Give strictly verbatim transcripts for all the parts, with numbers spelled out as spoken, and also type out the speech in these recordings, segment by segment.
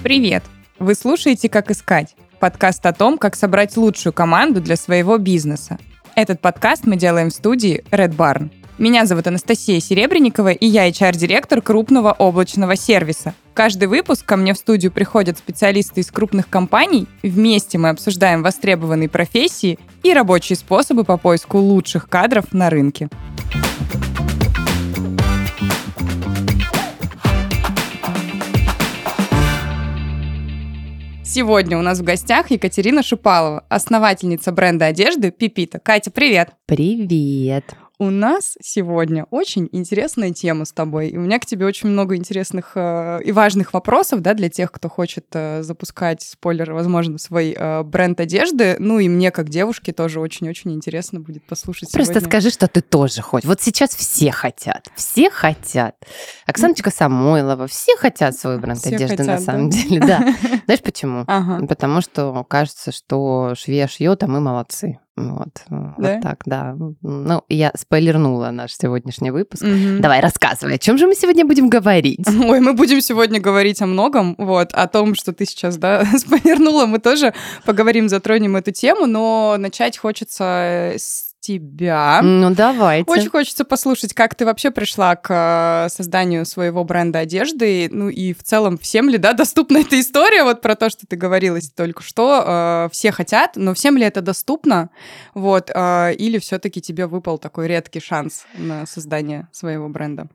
Привет! Вы слушаете «Как искать» – подкаст о том, как собрать лучшую команду для своего бизнеса. Этот подкаст мы делаем в студии Red Barn. Меня зовут Анастасия Серебренникова, и я эйч ар-директор крупного облачного сервиса. Каждый выпуск ко мне в студию приходят специалисты из крупных компаний. Вместе мы обсуждаем востребованные профессии и рабочие способы по поиску лучших кадров на рынке. Сегодня у нас в гостях Екатерина Шипалова, основательница бренда одежды Пипита. Катя, привет! Привет! У нас сегодня очень интересная тема с тобой, и у меня к тебе очень много интересных э, и важных вопросов, да, для тех, кто хочет э, запускать, спойлер, возможно, свой э, бренд одежды. Ну и мне, как девушке, тоже очень-очень интересно будет послушать Просто сегодня. скажи, что ты тоже хочешь. Вот сейчас все хотят, все хотят. Оксаночка Самойлова, все хотят свой бренд Все одежды, хотят, на самом да? деле, да. Знаешь почему? Ага. Потому что кажется, что швея шьет, а мы молодцы. Вот, Да? вот так, да. Ну, я спойлернула наш сегодняшний выпуск. Мгм. Давай, рассказывай, о чем же мы сегодня будем говорить? Ой, мы будем сегодня говорить о многом, вот, о том, что ты сейчас, да, спойлернула, мы тоже поговорим, затронем эту тему, но начать хочется с тебя. Ну, давайте. Очень хочется послушать, как ты вообще пришла к э, созданию своего бренда одежды, ну и в целом всем ли, да, доступна эта история, вот про то, что ты говорила только что, э, все хотят, но всем ли это доступно, вот, э, или все-таки тебе выпал такой редкий шанс на создание своего бренда?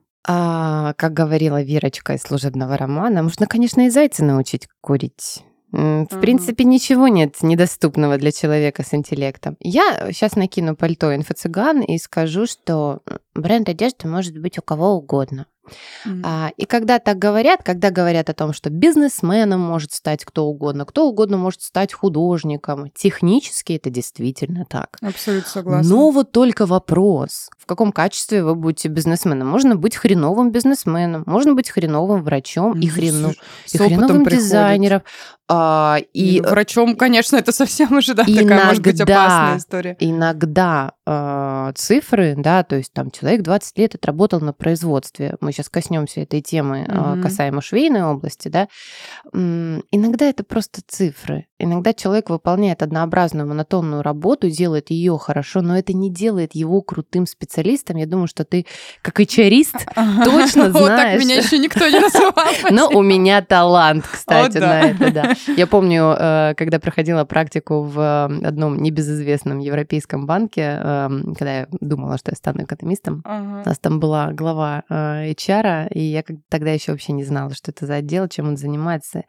А, как говорила Верочка из «Служебного романа», можно, конечно, и зайца научить курить. М, В Ага. принципе, ничего нет недоступного для человека с интеллектом. Я сейчас накину пальто инфо-цыган и скажу, что бренд одежды может быть у кого угодно. М. А, и когда так говорят, когда говорят о том, что бизнесменом может стать кто угодно, кто угодно может стать художником, технически это действительно так. Абсолютно согласна. Но вот только вопрос, в каком качестве вы будете бизнесменом? Можно быть хреновым бизнесменом, можно быть хреновым врачом и, Ну, хрено... с- и с опытом хреновым приходит. дизайнером. А, И и врачом, конечно, это совсем уже, да, такая, может быть, иногда- опасная история. иногда э, цифры, да, то есть там человек двадцать лет отработал на производстве, мы сейчас коснемся этой темы э, Мгм. касаемо швейной области, да, м, иногда это просто цифры. Иногда человек выполняет однообразную монотонную работу, делает ее хорошо, но это не делает его крутым специалистом. Я думаю, что ты, как эйч ар-ист, точно Вот так знаешь. меня еще никто не называл. Но у меня талант, кстати, О, да. на это, да. Я помню, э, когда проходила практику в э, одном небезызвестном европейском банке, э, когда я думала, что я стану экономистом, у Ага. нас там была глава э, эйч ар, и я как- тогда еще вообще не знала, что это за отдел, чем он занимается.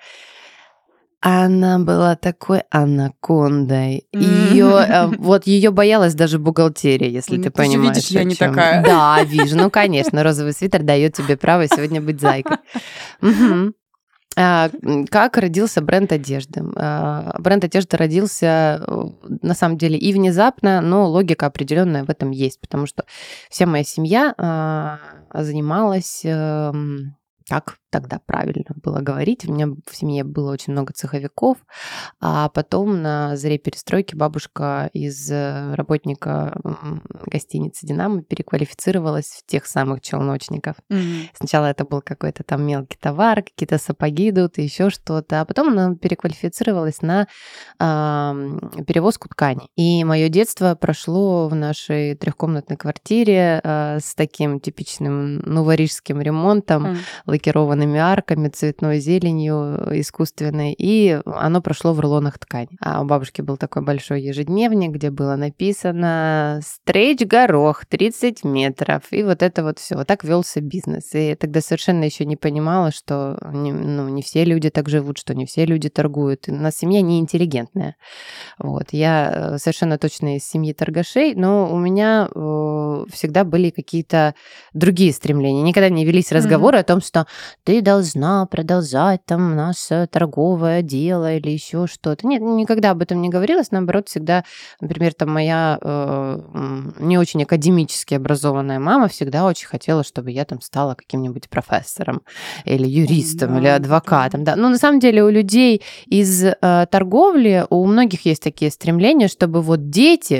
Она была такой анакондой. М. Ее, вот ее боялась даже бухгалтерия, если Ну, ты ты же понимаешь. видишь, я о не чём. такая. Да, вижу. Ну, конечно, розовый свитер дает тебе право сегодня быть зайкой. Мгм. А, м, Как родился бренд одежды? А, Бренд одежды родился, э, на самом деле, и внезапно, но логика определенная в этом есть, потому что вся моя семья а, занималась, эм, как тогда правильно было говорить, у меня в семье было очень много цеховиков, а потом на заре перестройки бабушка из э, работника м, гостиницы «Динамо» переквалифицировалась в тех самых челночников. Мгм. Сначала это был какой-то там мелкий товар, какие-то сапоги идут, еще что-то, а потом она переквалифицировалась на ам, перевозку ткани. И мое детство прошло в нашей трехкомнатной квартире а, с таким типичным новорижским ремонтом, М. лакированными арками, цветной зеленью искусственной, и оно прошло в рулонах ткани. А у бабушки был такой большой ежедневник, где было написано «Стричь горох тридцать метров», и вот это вот все. Вот так велся бизнес. И я тогда совершенно еще не понимала, что не, ну, не все люди так живут, что не все люди торгуют. И у нас семья неинтеллигентная. Вот. Я э, совершенно точно из семьи торгашей, но у меня э, всегда были какие-то другие стремления. Никогда не велись разговоры о том, что ты должна продолжать там наше торговое дело или еще что-то. Нет, никогда об этом не говорилось. Наоборот, всегда, например, там моя э, м, не очень академически образованная мама всегда очень хотела, чтобы я там стала каким-нибудь профессором или юристом, или Да, адвокатом. Да. Но на самом деле у людей из э, торговли, у многих есть такие стремления, чтобы вот дети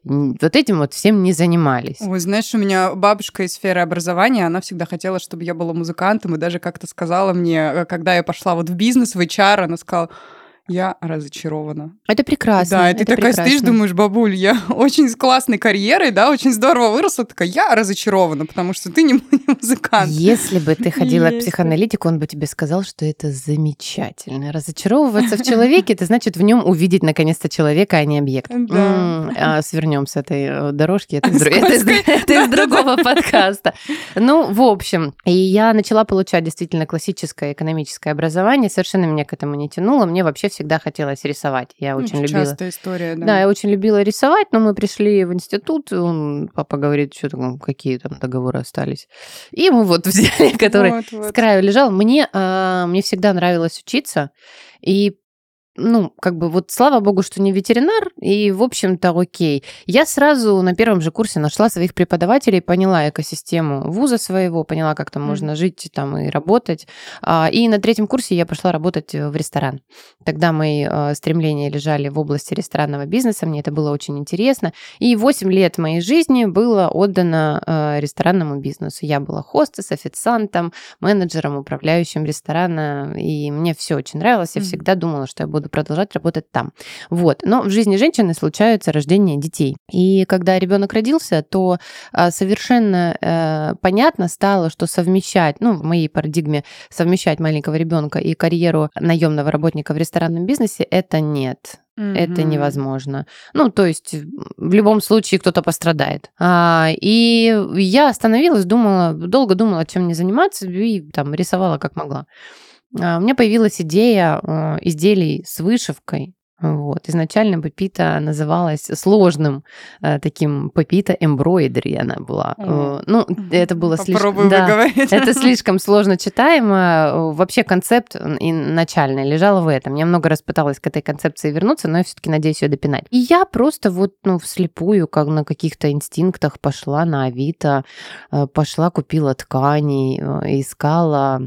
вот этим вот всем не занимались. Ой, знаешь, у меня бабушка из сферы образования, она всегда хотела, чтобы я была музыкантом, и даже как-то сказала мне, когда я пошла вот в бизнес, в эйч ар, она сказала: я разочарована. Это прекрасно. Да, и ты это такая прекрасно. стоишь, думаешь: бабуль, я очень с классной карьерой, да, очень здорово выросла, такая, я разочарована, потому что ты не, не музыкант. Если бы ты ходила Есть. к психоаналитику, он бы тебе сказал, что это замечательно. Разочаровываться в человеке, это значит в нем увидеть наконец-то человека, а не объект. Да. А, свернем с этой дорожки. Это из, это из, это из другого подкаста. Ну, в общем, и я начала получать действительно классическое экономическое образование. Совершенно меня к этому не тянуло. Мне вообще всегда хотелось рисовать. Я Ну, очень это любила. частая история, да. Да, я очень любила рисовать, но мы пришли в институт, он, папа говорит, что там, какие там договоры остались. И мы вот взяли, который Вот, вот. с краю лежал. Мне, а, мне всегда нравилось учиться, и ну, как бы вот слава богу, что не ветеринар, и, в общем-то, окей. Я сразу на первом же курсе нашла своих преподавателей, поняла экосистему вуза своего, поняла, как там mm. можно жить там и работать. И на третьем курсе я пошла работать в ресторан. Тогда мои стремления лежали в области ресторанного бизнеса, мне это было очень интересно. И восемь лет моей жизни было отдано ресторанному бизнесу. Я была хостес, официантом, менеджером, управляющим ресторана, и мне все очень нравилось. Я mm. всегда думала, что я буду продолжать работать там. Вот. Но в жизни женщины случаются рождение детей. И когда ребенок родился, то а, совершенно а, понятно стало, что совмещать, ну, в моей парадигме, совмещать маленького ребенка и карьеру наемного работника в ресторанном бизнесе, это нет. Mm-hmm. Это невозможно. Ну, то есть в любом случае кто-то пострадает. А, и я остановилась, думала, долго думала, чем мне заниматься, и там рисовала как могла. У меня появилась идея изделий с вышивкой. Вот. Изначально Пепита называлась сложным таким Пепита Эмбройдери она была. Mm. Ну, это было слишком... Да, это слишком сложно читаемо. Вообще концепт и начальный лежал в этом. Я много раз пыталась к этой концепции вернуться, но я все-таки надеюсь ее допинать. И я просто вот ну, вслепую, как на каких-то инстинктах, пошла на Авито, пошла, купила ткани, искала...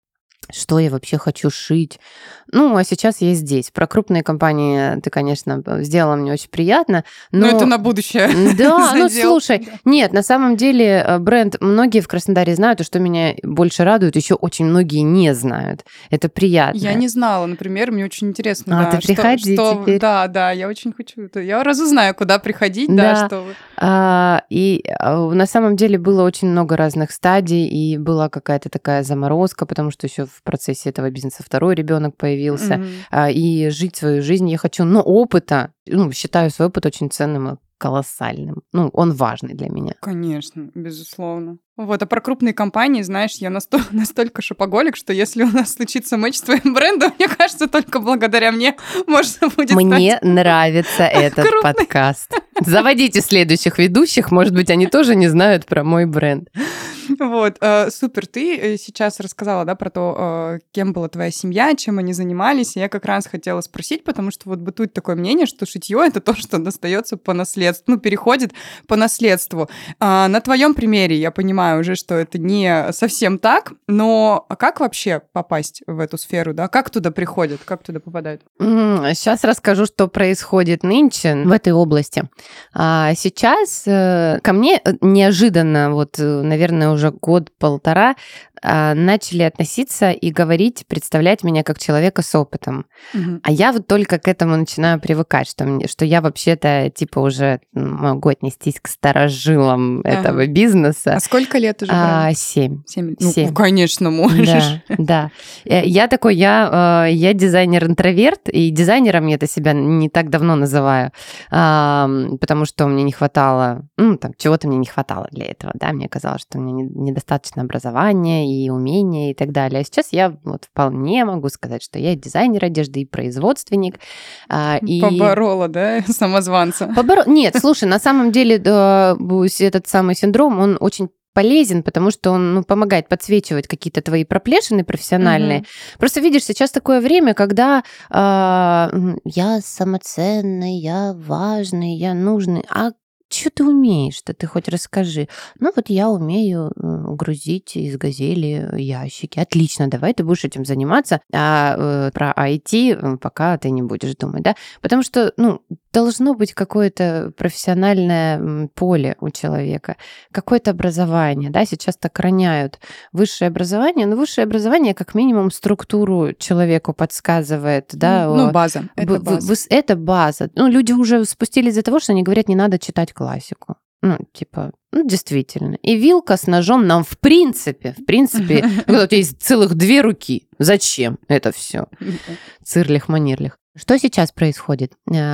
что я вообще хочу шить. Ну, а сейчас я здесь. Про крупные компании ты, конечно, сделала мне очень приятно. Но, но это на будущее. Да, ну слушай, нет, на самом деле бренд многие в Краснодаре знают, и что меня больше радует, еще очень многие не знают. Это приятно. Я не знала, например, мне очень интересно. А, да, ты приходи что, теперь. Да, да, я очень хочу. Я разузнаю, куда приходить, да, да что... А, и а, на самом деле было очень много разных стадий, и была какая-то такая заморозка, потому что еще в процессе этого бизнеса второй ребенок появился, mm-hmm. и жить свою жизнь я хочу, но опыта, ну, считаю свой опыт очень ценным и колоссальным. Ну, он важный для меня. Конечно, безусловно. Вот, а про крупные компании, знаешь, я настолько, настолько шопоголик, что если у нас случится матч с твоим брендом, мне кажется, только благодаря мне можно будет Мне стать нравится этот крупный. Подкаст. Заводите следующих ведущих, может быть, они тоже не знают про мой бренд. Вот, э, супер, ты сейчас рассказала, да, про то, э, кем была твоя семья, чем они занимались, и я как раз хотела спросить, потому что вот бытует такое мнение, что шитье — это то, что достается по наследству, ну, переходит по наследству. А на твоем примере я понимаю уже, что это не совсем так, но как вообще попасть в эту сферу, да, как туда приходят, как туда попадают? Сейчас расскажу, что происходит нынче в этой области. А сейчас ко мне неожиданно, вот, наверное, уже год-полтора начали относиться и говорить, представлять меня как человека с опытом. Угу. А я вот только к этому начинаю привыкать, что, мне, что я вообще-то типа уже могу отнестись к старожилам ага. этого бизнеса. А сколько лет уже? А, семь. Семь. Ну, Семь. конечно, можешь. Да, да. Я такой, я, я дизайнер-интроверт, и дизайнером я это себя не так давно называю, потому что мне не хватало, ну, там, чего-то мне не хватало для этого, да, мне казалось, что у меня недостаточно образования и умения и так далее. А сейчас я вот вполне могу сказать, что я дизайнер одежды и производственник. И... Поборола, да, самозванца? Поборо... Нет, слушай, на самом деле этот самый синдром, он очень полезен, потому что он ну, помогает подсвечивать какие-то твои проплешины профессиональные. Mm-hmm. Просто видишь, сейчас такое время, когда э, я самоценный, я важный, я нужный, а что ты умеешь-то, ты хоть расскажи. Ну вот я умею грузить из «Газели» ящики. Отлично, давай ты будешь этим заниматься, а э, про ай ти пока ты не будешь думать, да? Потому что, ну, должно быть какое-то профессиональное поле у человека, какое-то образование, да, сейчас так роняют высшее образование, но высшее образование как минимум структуру человеку подсказывает, да. Ну, база, это база. Это база. Ну, люди уже спустились из-за того, что они говорят, не надо читать классику. Ну, типа, ну, действительно. И вилка с ножом нам в принципе, в принципе, когда у тебя есть целых две руки, зачем это все? Цирлих-манирлих. Что сейчас происходит?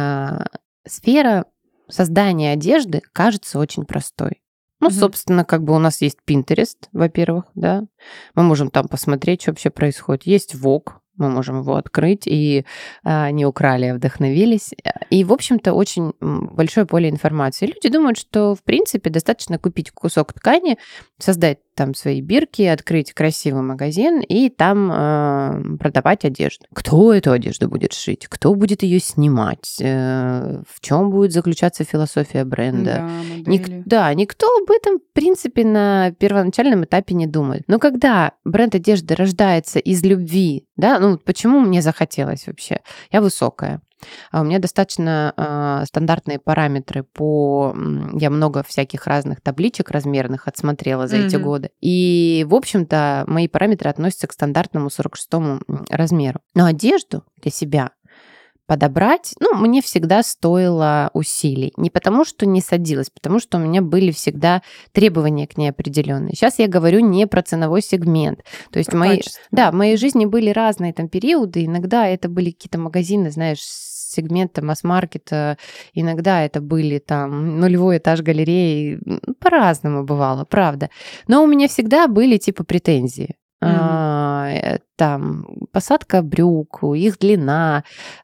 Сфера создания одежды кажется очень простой. Ну, собственно, как бы у нас есть Pinterest, во-первых, да. Мы можем там посмотреть, что вообще происходит. Есть Vogue. Мы можем его открыть, и а, не украли, а вдохновились. И, в общем-то, очень большое поле информации. Люди думают, что, в принципе, достаточно купить кусок ткани, создать там свои бирки, открыть красивый магазин и там э, продавать одежду. Кто эту одежду будет шить? Кто будет ее снимать? Э, в чем будет заключаться философия бренда? Да, Ник- да, никто об этом, в принципе, на первоначальном этапе не думает. Но когда бренд одежды рождается из любви, да, ну почему мне захотелось вообще? Я высокая. А у меня достаточно э, стандартные параметры по... Я много всяких разных табличек размерных отсмотрела за mm-hmm. эти годы. И, в общем-то, мои параметры относятся к стандартному сорок шестому размеру. Но одежду для себя подобрать, ну, мне всегда стоило усилий. Не потому, что не садилась, потому что у меня были всегда требования к ней определенные. Сейчас я говорю не про ценовой сегмент. То есть мои, да, в моей жизни были разные там периоды. Иногда это были какие-то магазины, знаешь, сегмента масс-маркета, иногда это были там нулевой этаж галереи, по-разному бывало, правда. Но у меня всегда были типа претензии. Mm-hmm. Там посадка брюк, их длина,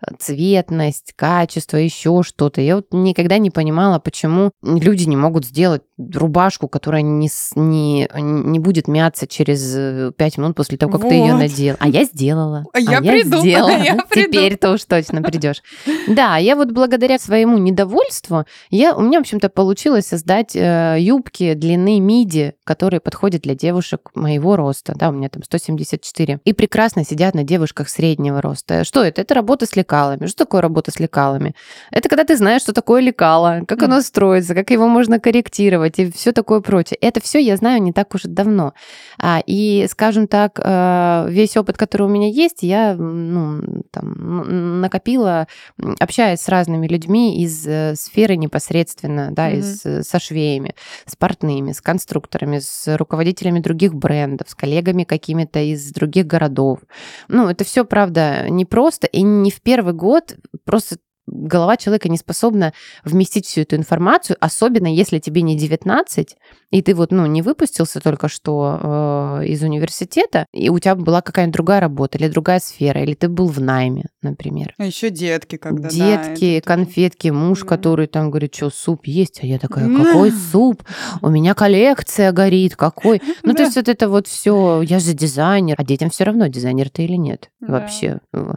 цветность, качество, еще что-то. Я вот никогда не понимала, почему люди не могут сделать рубашку, которая не, не, не будет мяться через пять минут после того, как вот. Ты ее надел. А я сделала. А, а я, я приду. Сделала. А я Теперь-то уж точно придешь. Да, я вот благодаря своему недовольству, я, у меня, в общем-то, получилось создать э, юбки длины миди, которые подходят для девушек моего роста. Да, у меня там сто семьдесят четыре. И прекрасно сидят на девушках среднего роста. Что это? Это работа с лекалами. Что такое работа с лекалами? Это когда ты знаешь, что такое лекало, как оно строится, как его можно корректировать и все такое прочее. Это все я знаю не так уж и давно. А, и, скажем так, весь опыт, который у меня есть, я ну, там, накопила, общаясь с разными людьми из сферы непосредственно, да, mm-hmm. из, со швеями, с портными, с конструкторами, с руководителями других брендов, с коллегами какими-то из других городов. Ну, это все, правда, непросто, и не в первый год просто голова человека не способна вместить всю эту информацию, особенно если тебе не девятнадцать, и ты вот, ну, не выпустился только что э, из университета, и у тебя была какая-нибудь другая работа или другая сфера, или ты был в найме, например. А еще детки, когда Детки, да, конфетки, муж, да. который там говорит, что суп есть, а я такая, какой суп? У меня коллекция горит, какой? Ну, то есть вот это вот все, я же дизайнер, а детям все равно, дизайнер ты или нет вообще.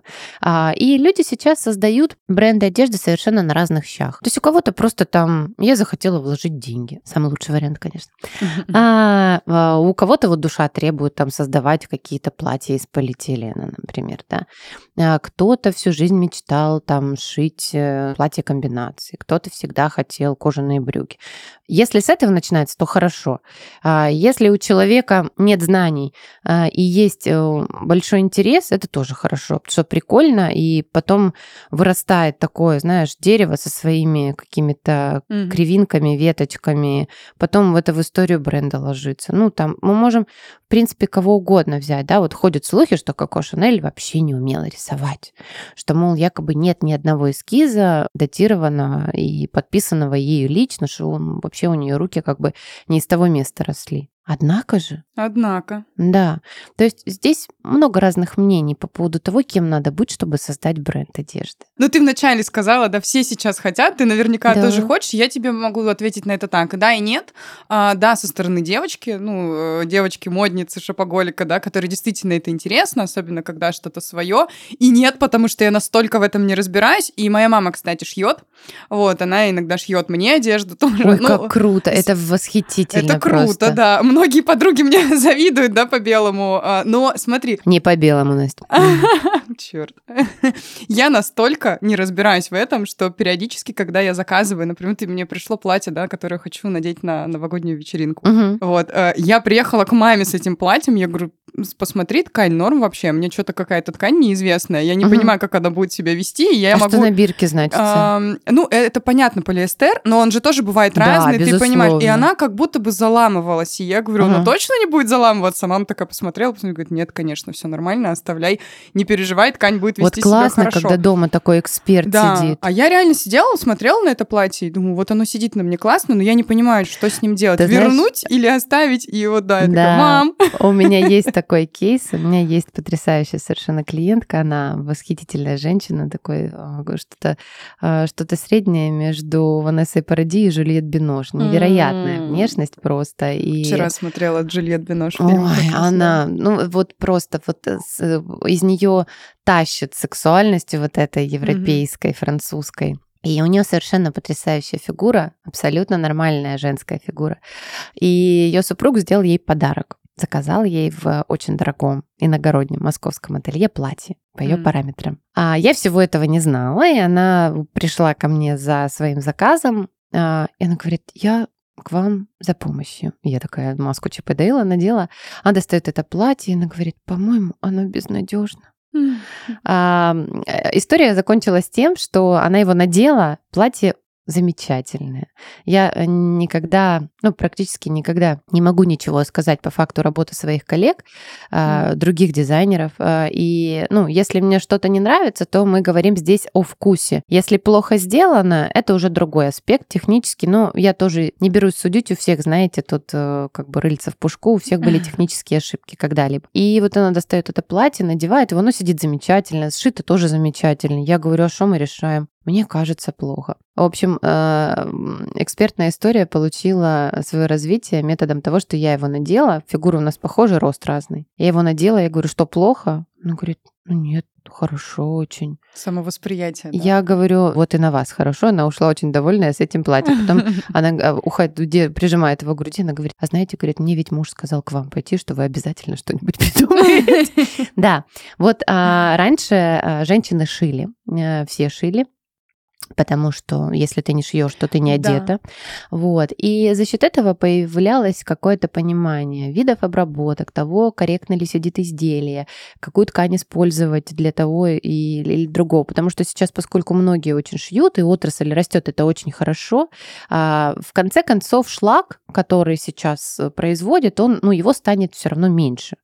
И люди сейчас создают бренд одежды совершенно на разных щах. То есть у кого-то просто там, я захотела вложить деньги. Самый лучший вариант, конечно. А, а у кого-то вот душа требует там создавать какие-то платья из полиэтилена, например, да. А кто-то всю жизнь мечтал там шить платья комбинации, кто-то всегда хотел кожаные брюки. Если с этого начинается, то хорошо. А если у человека нет знаний а, и есть большой интерес, это тоже хорошо, потому что прикольно, и потом вырастает такое, знаешь, дерево со своими какими-то mm-hmm. кривинками, веточками, потом в это в историю бренда ложится. Ну, там мы можем, в принципе, кого угодно взять, да, вот ходят слухи, что Коко Шанель вообще не умела рисовать, что, мол, якобы нет ни одного эскиза датированного и подписанного ею лично, что он, вообще у нее руки как бы не из того места росли. Однако же. Однако. Да. То есть здесь много разных мнений по поводу того, кем надо быть, чтобы создать бренд одежды. Ну, ты вначале сказала, да, все сейчас хотят, ты наверняка да. тоже хочешь, я тебе могу ответить на это так, да и нет. А, да, со стороны девочки, ну, девочки-модницы, шопоголика, да, которой действительно это интересно, особенно когда что-то свое, и нет, потому что я настолько в этом не разбираюсь, и моя мама, кстати, шьет, вот, она иногда шьет мне одежду тоже. Ой, ну, как круто, это восхитительно. Это круто, просто. да. многие подруги мне завидуют, да, по белому. Но смотри. Не по белому, Настя. Черт. Я настолько не разбираюсь в этом, что периодически, когда я заказываю, например, ты мне пришло платье, да, которое я хочу надеть на новогоднюю вечеринку. Угу. Вот. Я приехала к маме с этим платьем, я говорю, посмотри, ткань норм вообще, мне что-то какая-то ткань неизвестная, я не угу. понимаю, как она будет себя вести, и я а могу... что на бирке значится? А, ну, это понятно, полиэстер, но он же тоже бывает да, разный, безусловно. Ты понимаешь, и она как будто бы заламывалась, и я говорю, ага. ну точно не будет заламываться? Мама такая посмотрела, посмотрела, говорит, нет, конечно, все нормально, оставляй, не переживай, ткань будет вести вот классно, себя хорошо. Когда дома такой эксперт да. сидит. А я реально сидела, смотрела на это платье и думаю, вот оно сидит на мне классно, но я не понимаю, что с ним делать. Ты Вернуть знаешь... или оставить? И вот да, я да. такая, мам. У меня есть такой кейс, у меня есть потрясающая совершенно клиентка, она восхитительная женщина, такой что-то, что-то среднее между Ванессой Паради и Жюльет Бинош. Невероятная mm. внешность просто. И... Вчера смотрела Джульет Бинош. Ой, она, ну вот просто вот из нее тащит сексуальностью вот этой европейской, mm-hmm. французской. И у нее совершенно потрясающая фигура, абсолютно нормальная женская фигура. И ее супруг сделал ей подарок. Заказал ей в очень дорогом иногороднем московском ателье платье по ее mm. параметрам. А я всего этого не знала, и она пришла ко мне за своим заказом, и она говорит, я к вам за помощью. Я такая маску Чипа Дейла надела, она достает это платье, и она говорит, по-моему, оно безнадежно. Mm. А, история закончилась тем, что она его надела, платье замечательное. Я никогда, ну, практически никогда не могу ничего сказать по факту работы своих коллег, mm. других дизайнеров. И, ну, если мне что-то не нравится, то мы говорим здесь о вкусе. Если плохо сделано, это уже другой аспект технический, но я тоже не берусь судить, у всех, знаете, тут как бы рыльца в пушку, у всех были технические ошибки когда-либо. И вот она достает это платье, надевает его, оно сидит замечательно, сшито тоже замечательно. Я говорю, а что мы решаем? Мне кажется, плохо. В общем, экспертная история получила свое развитие методом того, что я его надела. Фигура у нас похожа, рост разный. Я его надела, я говорю, что плохо? Она говорит, ну нет, хорошо очень. Самовосприятие, да? Я говорю, вот и на вас хорошо. Она ушла очень довольная с этим платьем. Потом она уходит, прижимает его к груди, она говорит, а знаете, говорит, мне ведь муж сказал к вам пойти, что вы обязательно что-нибудь придумаете. Да, вот раньше женщины шили, все шили. Потому что если ты не шьешь, то ты не одета. Да. Вот. И за счет этого появлялось какое-то понимание видов обработок, того, корректно ли сидит изделие, какую ткань использовать для того или другого. Потому что сейчас, поскольку многие очень шьют, и отрасль растет, это очень хорошо, в конце концов шлак, который сейчас производит, он, ну, его станет все равно меньше.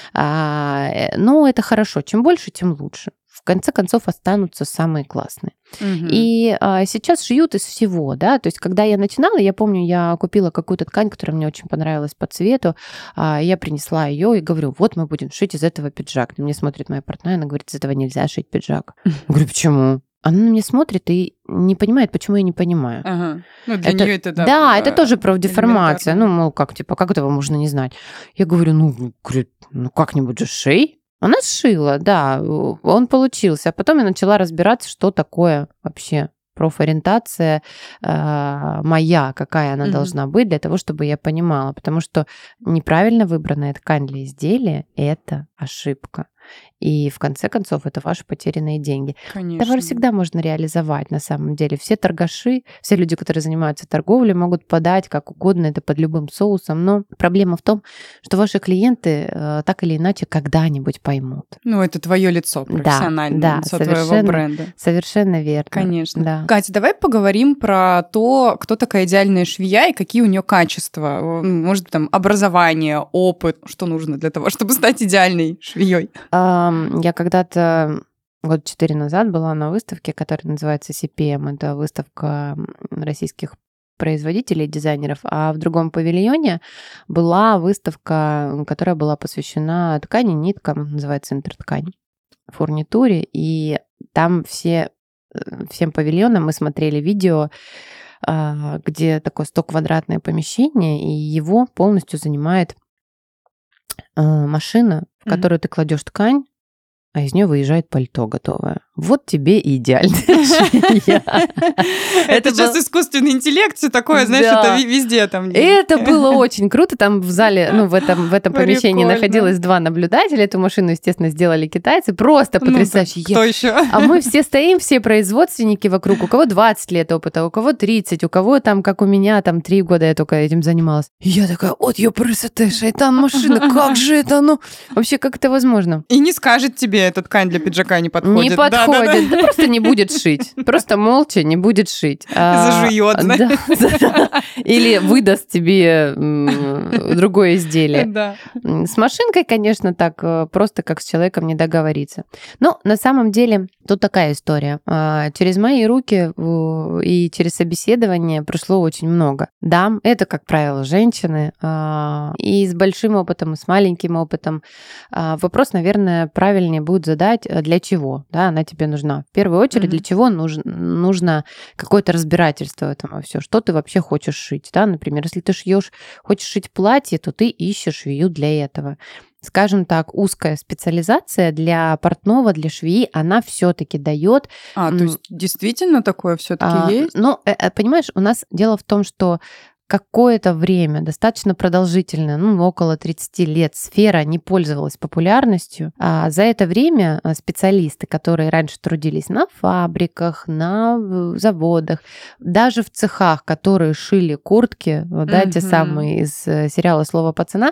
Но это хорошо. Чем больше, тем лучше. В конце концов останутся самые классные. Угу. И а, сейчас шьют из всего, да, то есть когда я начинала, я помню, я купила какую-то ткань, которая мне очень понравилась по цвету, а, я принесла ее и говорю, вот мы будем шить из этого пиджак. На меня смотрит моя партнер, она говорит, из этого нельзя шить пиджак. Я говорю, почему? Она на меня смотрит и не понимает, почему я не понимаю. Ага. Ну, для это, нее это, да. Да, это тоже профдеформация. Ну, мол, как, типа, как этого можно не знать? Я говорю, ну, говорит, ну как-нибудь же шей. Она сшила, да, он получился. А потом я начала разбираться, что такое вообще профориентация э, моя, какая она mm-hmm. должна быть для того, чтобы я понимала. Потому что неправильно выбранная ткань для изделия – это ошибка. И в конце концов это ваши потерянные деньги. Конечно. Товар всегда можно реализовать на самом деле. Все торгаши, все люди, которые занимаются торговлей, могут подать как угодно это под любым соусом. Но проблема в том, что ваши клиенты э, так или иначе когда-нибудь поймут. Ну, это твое лицо профессиональное, да, лицо да, твоего бренда. Совершенно верно. Конечно. Да. Катя, давай поговорим про то, кто такая идеальная швея и какие у нее качества. Может быть, там образование, опыт, что нужно для того, чтобы стать идеальной швеей. Я когда-то год четыре назад была на выставке, которая называется си пи эм. Это выставка российских производителей, дизайнеров. А в другом павильоне была выставка, которая была посвящена ткани, ниткам, называется «Интерткань», фурнитуре. И там все, всем павильонам мы смотрели видео, где такое сто-квадратное помещение, и его полностью занимает машина, в которую mm-hmm. ты кладешь ткань, а из нее выезжает пальто готовое. Вот тебе и идеальная швея. Это сейчас искусственный интеллект, все такое, знаешь, это везде там. Это было очень круто. Там в зале, ну, в этом, в этом помещении находилось два наблюдателя. Эту машину, естественно, сделали китайцы. Просто потрясающе. Кто еще? А мы все стоим, все производственники вокруг. У кого двадцать лет опыта, у кого тридцать, у кого там, как у меня, там три года я только этим занималась. И я такая, вот ее прысоте, шайтан машина, как же это, ну, вообще, как это возможно? И не скажет тебе, эта ткань для пиджака не подходит. Не подходит, да просто не будет шить. Просто молча не будет шить. Зажует, знаешь. Или выдаст тебе другое изделие. Да. С машинкой, конечно, так просто как с человеком не договориться. Но на самом деле тут такая история. Через мои руки и через собеседование прошло очень много дам. Это, как правило, женщины. И с большим опытом, и с маленьким опытом. Вопрос, наверное, правильнее будет задать, для чего, да, она тебе нужна. В первую очередь, mm-hmm. для чего нужно, нужно какое-то разбирательство в этом во все. Что ты вообще хочешь шить, да, например, если ты шьешь, хочешь шить платье, то ты ищешь швею для этого. Скажем так, узкая специализация для портного, для швеи, она все-таки дает. А, то есть действительно такое все-таки а, есть? Ну, понимаешь, у нас дело в том, что какое-то время, достаточно продолжительное, ну, около тридцать лет, сфера не пользовалась популярностью. А за это время специалисты, которые раньше трудились на фабриках, на заводах, даже в цехах, которые шили куртки, да, mm-hmm. те самые из сериала «Слово пацана»,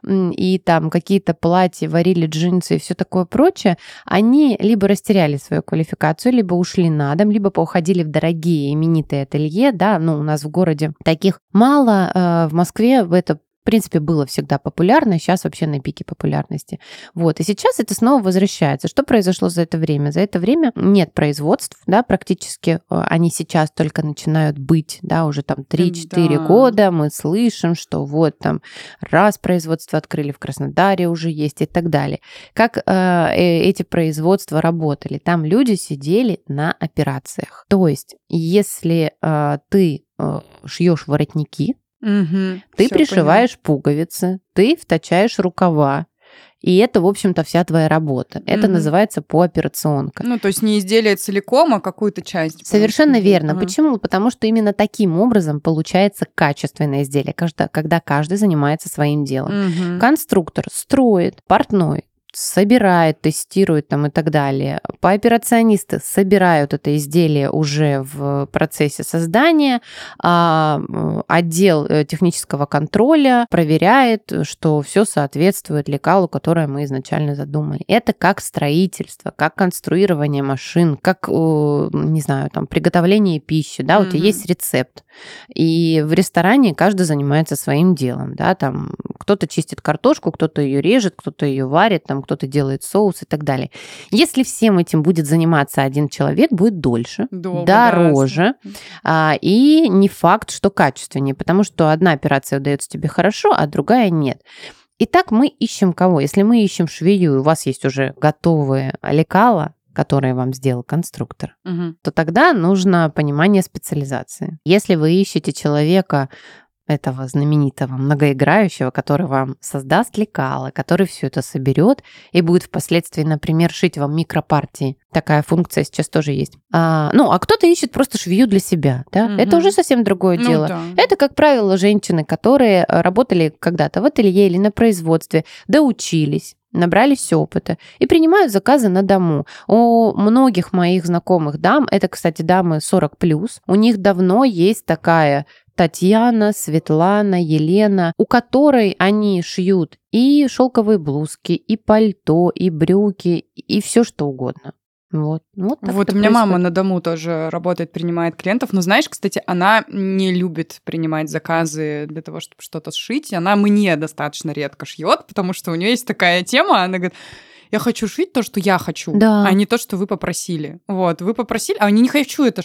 и там какие-то платья, варили джинсы и все такое прочее, они либо растеряли свою квалификацию, либо ушли на дом, либо поуходили в дорогие именитые ателье, да, ну, у нас в городе таких мало, в Москве это, в принципе, было всегда популярно, сейчас вообще на пике популярности. Вот, и сейчас это снова возвращается. Что произошло за это время? За это время нет производств, да, практически они сейчас только начинают быть, да, уже там три-четыре да. года мы слышим, что вот там раз производство открыли в Краснодаре уже есть и так далее. Как э, эти производства работали? Там люди сидели на операциях. То есть, если э, ты э, шьешь воротники, Угу, ты пришиваешь понятно. Пуговицы, ты вточаешь рукава. И это, в общем-то, вся твоя работа. Это угу. называется пооперационка. Ну, то есть не изделие целиком, а какую-то часть. Совершенно верно. Угу. Почему? Потому что именно таким образом получается качественное изделие, когда, когда каждый занимается своим делом. Угу. Конструктор строит, портной собирает, тестирует там и так далее. Пооперационисты собирают это изделие уже в процессе создания, а отдел технического контроля проверяет, что все соответствует лекалу, которое мы изначально задумали. Это как строительство, как конструирование машин, как, не знаю, там, приготовление пищи, да, mm-hmm. у тебя есть рецепт. И в ресторане каждый занимается своим делом, да, там кто-то чистит картошку, кто-то ее режет, кто-то ее варит, там кто-то делает соус и так далее. Если всем этим будет заниматься один человек, будет дольше, Долго, дороже, да. а, и не факт, что качественнее, потому что одна операция удается тебе хорошо, а другая нет. Итак, мы ищем кого? Если мы ищем швею, и у вас есть уже готовые лекала, которые вам сделал конструктор, угу. то тогда нужно понимание специализации. Если вы ищете человека, этого знаменитого многоиграющего, который вам создаст лекало, который все это соберет и будет впоследствии, например, шить вам микропартии. Такая функция сейчас тоже есть. А, ну, а кто-то ищет просто швею для себя, да? Mm-hmm. Это уже совсем другое ну, дело. Да. Это, как правило, женщины, которые работали когда-то в ателье или на производстве, доучились, набрались опыта и принимают заказы на дому. У многих моих знакомых дам, это, кстати, дамы сорок плюс, у них давно есть такая Татьяна, Светлана, Елена, у которой они шьют и шелковые блузки, и пальто, и брюки, и все что угодно. Вот, вот, вот у меня происходит. Мама на дому тоже работает, принимает клиентов. Но знаешь, кстати, она не любит принимать заказы для того, чтобы что-то сшить. Она мне достаточно редко шьет, потому что у нее есть такая тема, она говорит: я хочу шить то, что я хочу, да. а не то, что вы попросили. Вот, вы попросили, а я не хочу это шить.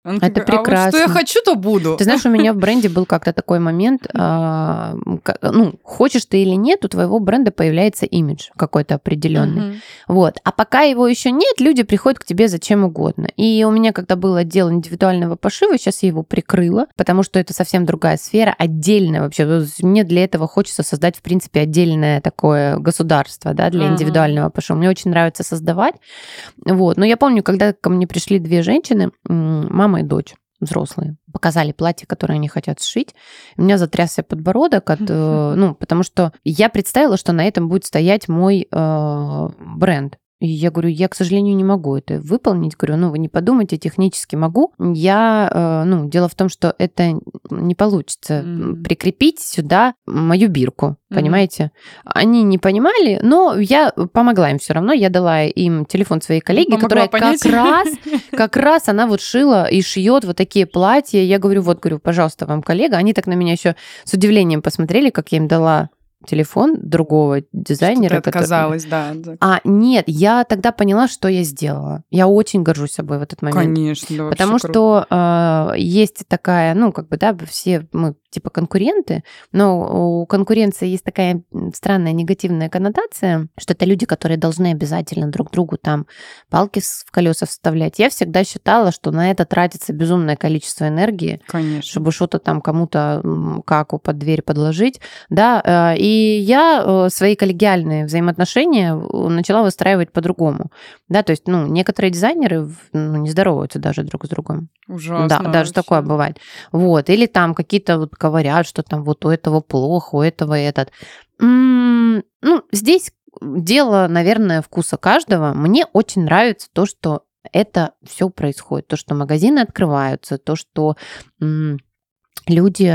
Он Это такой, прекрасно. А вот что я хочу, то буду. Ты знаешь, у меня в бренде был как-то такой момент, а, ну, хочешь ты или нет, у твоего бренда появляется имидж какой-то определенный. Uh-huh. Вот. А пока его еще нет, люди приходят к тебе за чем угодно. И у меня, когда был отдел индивидуального пошива, сейчас я его прикрыла, потому что это совсем другая сфера, отдельная вообще. Мне для этого хочется создать, в принципе, отдельное такое государство, да, для uh-huh. индивидуального пошива. Мне очень нравится создавать. Вот. Но я помню, когда ко мне пришли две женщины, мама и дочь, взрослые, показали платье, которое они хотят сшить. У меня затрясся подбородок, от, э, ну, потому что я представила, что на этом будет стоять мой э, бренд. И я говорю, я, к сожалению, не могу это выполнить. Говорю, ну, вы не подумайте, технически могу. Я, э, ну, дело в том, что это не получится mm. прикрепить сюда мою бирку, mm. понимаете? Они не понимали, но я помогла им все равно. Я дала им телефон своей коллеги, помогла которая понять. как раз, как раз она вот шила и шьет вот такие платья. Я говорю, вот, говорю, пожалуйста, вам коллега. Они так на меня еще с удивлением посмотрели, как я им дала телефон другого дизайнера. Что ты отказалась, который... да. А, нет, я тогда поняла, что я сделала. Я очень горжусь собой в этот момент. Конечно, да, потому что э, есть такая, ну, как бы, да, все мы типа конкуренты, но у конкуренции есть такая странная негативная коннотация, что это люди, которые должны обязательно друг другу там палки в колеса вставлять. Я всегда считала, что на это тратится безумное количество энергии, конечно, чтобы что-то там кому-то каку под дверь подложить, да, и я свои коллегиальные взаимоотношения начала выстраивать по-другому, да, то есть, ну, некоторые дизайнеры ну, не здороваются даже друг с другом. Ужасно. Да, даже вообще. Такое бывает. Вот, или там какие-то вот говорят, что там вот у этого плохо, у этого этот. М-м, ну, здесь дело, наверное, вкуса каждого. Мне очень нравится то, что это все происходит, то, что магазины открываются, то, что м- люди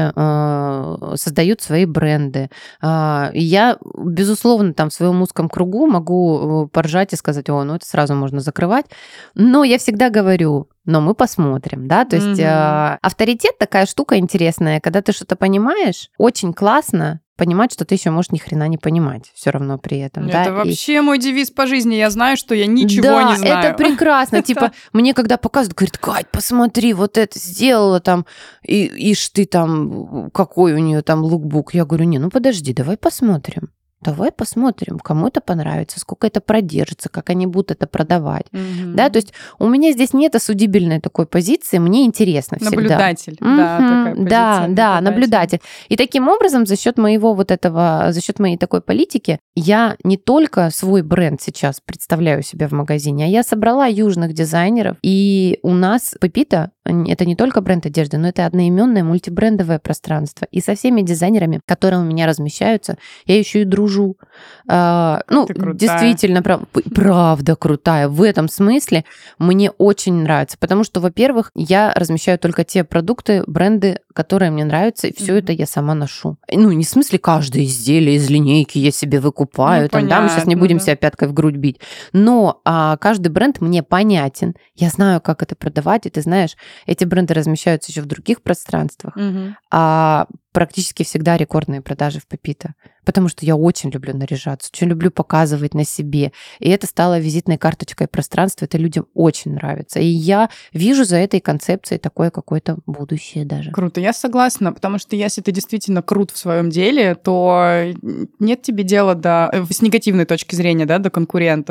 э, создают свои бренды. Э, и я, безусловно, там в своем узком кругу могу поржать и сказать, о, ну это сразу можно закрывать. Но я всегда говорю, но мы посмотрим, да, то есть mm-hmm. э, авторитет такая штука интересная, когда ты что-то понимаешь, очень классно понимать, что ты еще можешь ни хрена не понимать все равно при этом. Это да? вообще и... мой девиз по жизни. Я знаю, что я ничего да, не знаю. Это прекрасно. Типа, мне когда показывают, говорят, Кать, посмотри, вот это сделала там, и ишь ты там, какой у нее там лукбук. Я говорю, не, ну подожди, давай посмотрим. Давай посмотрим, кому это понравится, сколько это продержится, как они будут это продавать. Mm-hmm. Да, то есть у меня здесь нет осудительной такой позиции, мне интересно всегда. Наблюдатель, mm-hmm. да, такая позиция. Да, наблюдатель. да, наблюдатель. И таким образом, за счет моего вот этого, за счет моей такой политики, я не только свой бренд сейчас представляю себя в магазине, а я собрала южных дизайнеров, и у нас Pepito это не только бренд одежды, но это одноименное мультибрендовое пространство. И со всеми дизайнерами, которые у меня размещаются, я еще и дружу. А, ну, действительно, прав, правда крутая. В этом смысле мне очень нравится, потому что, во-первых, я размещаю только те продукты, бренды, которые мне нравятся, и все mm-hmm. это я сама ношу. Ну, не в смысле каждое изделие из линейки я себе выкупаю, ну, там, понятно, да, мы сейчас не будем да. себя пяткой в грудь бить. Но а, каждый бренд мне понятен. Я знаю, как это продавать, и ты знаешь, эти бренды размещаются еще в других пространствах, mm-hmm. а практически всегда рекордные продажи в Pepito, потому что я очень люблю наряжаться, очень люблю показывать на себе. И это стало визитной карточкой пространства, это людям очень нравится. И я вижу за этой концепцией такое какое-то будущее даже. Круто, я согласна, потому что если ты действительно крут в своем деле, то нет тебе дела до, с негативной точки зрения, да, до конкурентов.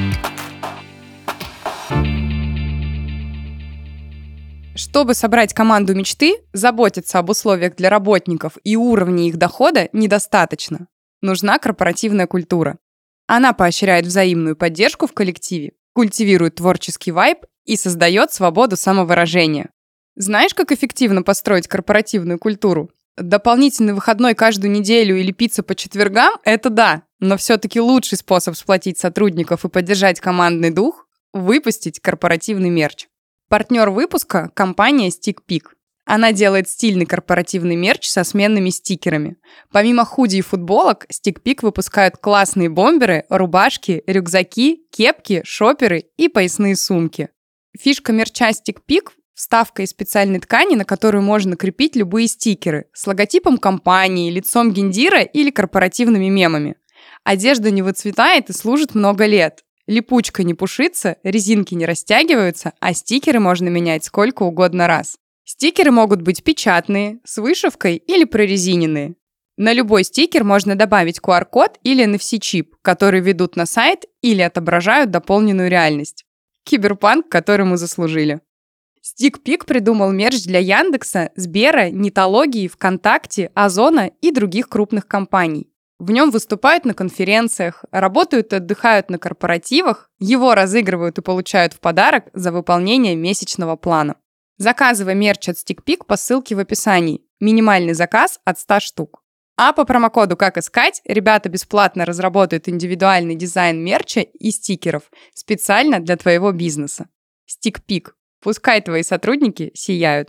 Чтобы собрать команду мечты, заботиться об условиях для работников и уровне их дохода недостаточно. Нужна корпоративная культура. Она поощряет взаимную поддержку в коллективе, культивирует творческий вайб и создает свободу самовыражения. Знаешь, как эффективно построить корпоративную культуру? Дополнительный выходной каждую неделю или пицца по четвергам – это да, но все-таки лучший способ сплотить сотрудников и поддержать командный дух – выпустить корпоративный мерч. Партнер выпуска – компания StickPick. Она делает стильный корпоративный мерч со сменными стикерами. Помимо худи и футболок, StickPick выпускают классные бомберы, рубашки, рюкзаки, кепки, шоперы и поясные сумки. Фишка мерча StickPick – вставка из специальной ткани, на которую можно крепить любые стикеры с логотипом компании, лицом гендира или корпоративными мемами. Одежда не выцветает и служит много лет. Липучка не пушится, резинки не растягиваются, а стикеры можно менять сколько угодно раз. Стикеры могут быть печатные, с вышивкой или прорезиненные. На любой стикер можно добавить ку ар-код или эн эф си-чип, которые ведут на сайт или отображают дополненную реальность. Киберпанк, который мы заслужили. StickPic придумал мерч для Яндекса, Сбера, Нетологии, ВКонтакте, Озона и других крупных компаний. В нем выступают на конференциях, работают и отдыхают на корпоративах, его разыгрывают и получают в подарок за выполнение месячного плана. Заказывай мерч от StickPic по ссылке в описании. Минимальный заказ от ста штук. А по промокоду «Как искать» ребята бесплатно разработают индивидуальный дизайн мерча и стикеров специально для твоего бизнеса. StickPic. Пускай твои сотрудники сияют.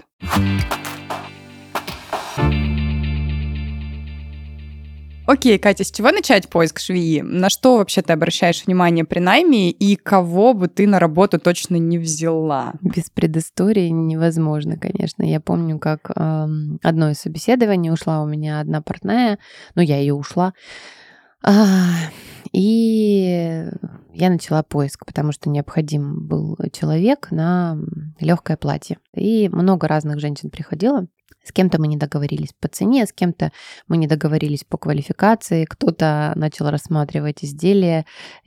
Окей, Катя, с чего начать поиск швеи? На что вообще ты обращаешь внимание при найме и кого бы ты на работу точно не взяла? Без предыстории невозможно, конечно. Я помню, как э, одно из собеседований ушла у меня одна портная, ну, я ее ушла, а, и я начала поиск, потому что необходим был человек на легкое платье. И много разных женщин приходило. С кем-то мы не договорились по цене, с кем-то мы не договорились по квалификации, кто-то начал рассматривать изделия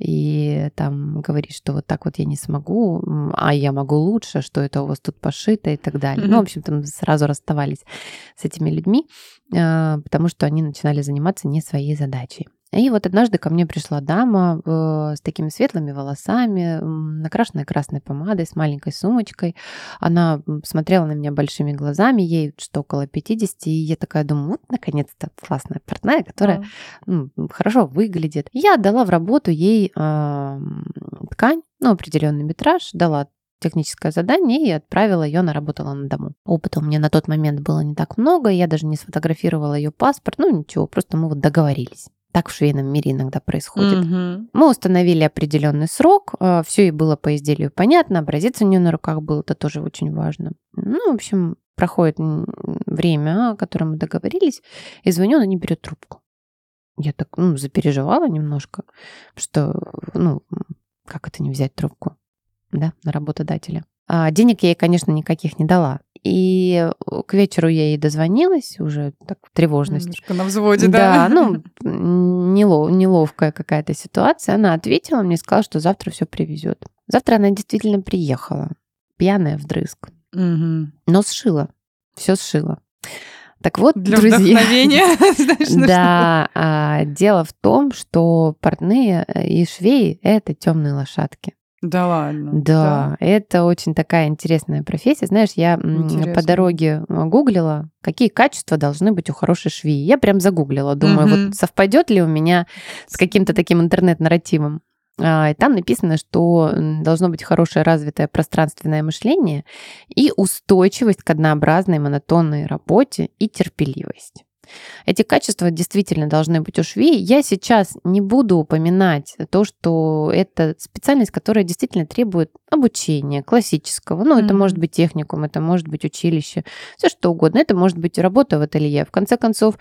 и там говорит, что вот так вот я не смогу, а я могу лучше, что это у вас тут пошито и так далее. Mm-hmm. Ну, в общем-то, мы сразу расставались с этими людьми, потому что они начинали заниматься не своей задачей. И вот однажды ко мне пришла дама э, с такими светлыми волосами, накрашенной красной помадой, с маленькой сумочкой. Она смотрела на меня большими глазами, ей что около пятидесяти, и я такая думаю, вот наконец-то классная портная, которая mm. ну, хорошо выглядит. Я отдала в работу ей э, ткань, ну, определенный метраж, дала техническое задание и отправила ее, она работала на дому. Опыта у меня на тот момент было не так много, я даже не сфотографировала ее паспорт, ну ничего, просто мы вот договорились. Так в швейном мире иногда происходит. Mm-hmm. Мы установили определенный срок, все и было по изделию понятно, образец у нее на руках был, это тоже очень важно. Ну, в общем, проходит время, о котором мы договорились, и звоню, она не берет трубку. Я так, ну, запереживала немножко, что, ну, как это не взять трубку, да, на работодателя. А денег я ей, конечно, никаких не дала. И к вечеру я ей дозвонилась, уже так тревожность. Немножко на взводе, Да, да? ну, нелов, неловкая какая-то ситуация. Она ответила мне, сказала, что завтра все привезет. Завтра она действительно приехала, пьяная вдрызг. Угу. Но сшила, все сшила. Так вот, для друзья, вдохновения. Да, дело в том, что портные и швеи — это темные лошадки. Да ладно? Да, да, это очень такая интересная профессия. Знаешь, я Интересно. по дороге гуглила, какие качества должны быть у хорошей швеи. Я прям загуглила, думаю, угу. вот совпадет ли у меня с каким-то таким интернет-нарративом. И там написано, что должно быть хорошее развитое пространственное мышление и устойчивость к однообразной монотонной работе и терпеливость. Эти качества действительно должны быть у швей. Я сейчас не буду упоминать то, что это специальность, которая действительно требует обучения классического. Ну, mm-hmm. это может быть техникум, это может быть училище, все что угодно. Это может быть работа в ателье. В конце концов,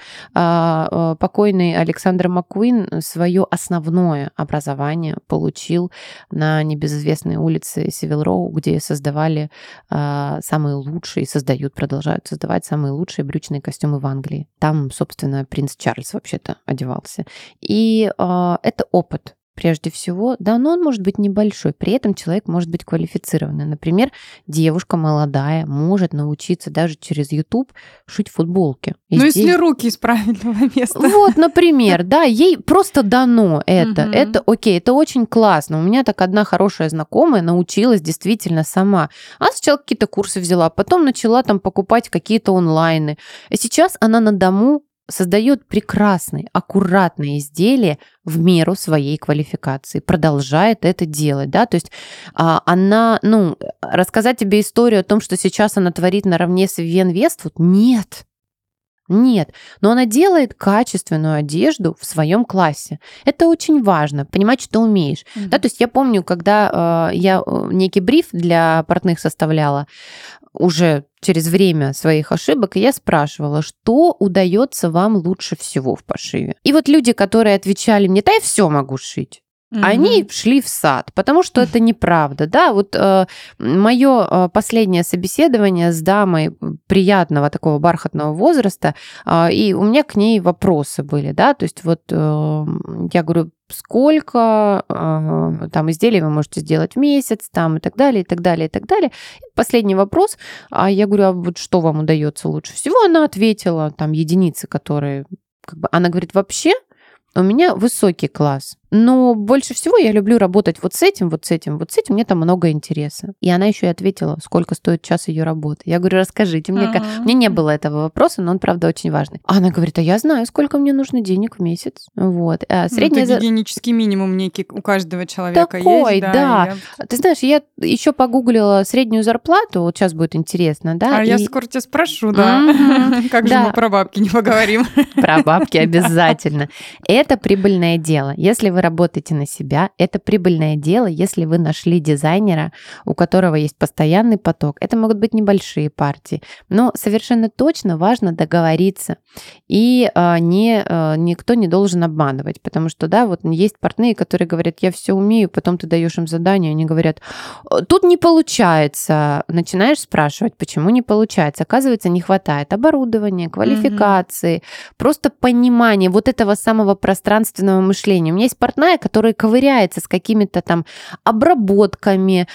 покойный Александр Маккуин свое основное образование получил на небезызвестной улице Севил-Роу, где создавали самые лучшие, создают, продолжают создавать самые лучшие брючные костюмы в Англии. Там, собственно, принц Чарльз вообще-то одевался. И э, это опыт, прежде всего. Да, но он может быть небольшой, при этом человек может быть квалифицированный. Например, девушка молодая может научиться даже через YouTube шить футболки. Ну, здесь... если руки из правильного места. Вот, например, да, ей просто дано это. Uh-huh. Это окей, это очень классно. У меня так одна хорошая знакомая научилась действительно сама. Она сначала какие-то курсы взяла, потом начала там покупать какие-то онлайны. И сейчас она на дому создает прекрасные, аккуратные изделия в меру своей квалификации, продолжает это делать, да, то есть а, она, ну, рассказать тебе историю о том, что сейчас она творит наравне с Вивиан Вествуд, нет, нет, но она делает качественную одежду в своем классе. Это очень важно, понимать, что умеешь. Mm-hmm. Да, то есть я помню, когда э, я некий бриф для портных составляла, уже через время своих ошибок, и я спрашивала, что удается вам лучше всего в пошиве. И вот люди, которые отвечали мне, да я все могу шить. Mm-hmm. Они шли в сад, потому что это неправда. Да, вот э, мое э, последнее собеседование с дамой приятного такого бархатного возраста, э, и у меня к ней вопросы были, да, то есть вот э, я говорю, сколько э, там изделий вы можете сделать в месяц, там и так далее, и так далее, и так далее. И последний вопрос, а я говорю, а вот что вам удается лучше всего? Она ответила, там единицы, которые, как бы, она говорит, вообще у меня высокий класс, но больше всего я люблю работать вот с этим, вот с этим, вот с этим, мне там много интереса. И она еще и ответила, сколько стоит час ее работы. Я говорю, расскажите мне. Как... Мне не было этого вопроса, но он, правда, очень важный. Она говорит, а я знаю, сколько мне нужно денег в месяц. Вот. А средняя... Ну, это гигиенический минимум некий у каждого человека такой, есть. Да, да. Я... Ты знаешь, я еще погуглила среднюю зарплату, вот сейчас будет интересно, да. А и... я скоро тебя спрошу, да. Mm-hmm. Как же да. мы про бабки не поговорим? Про бабки обязательно. Это прибыльное дело. Если вы работаете на себя, это прибыльное дело, если вы нашли дизайнера, у которого есть постоянный поток. Это могут быть небольшие партии, но совершенно точно важно договориться. И а, не, а, никто не должен обманывать, потому что, да, вот есть партнеры, которые говорят, я все умею, потом ты даешь им задание, они говорят, тут не получается. Начинаешь спрашивать, почему не получается. Оказывается, не хватает оборудования, квалификации, mm-hmm. просто понимания вот этого самого пространственного мышления. У меня есть партнер, который ковыряется с какими-то там обработками,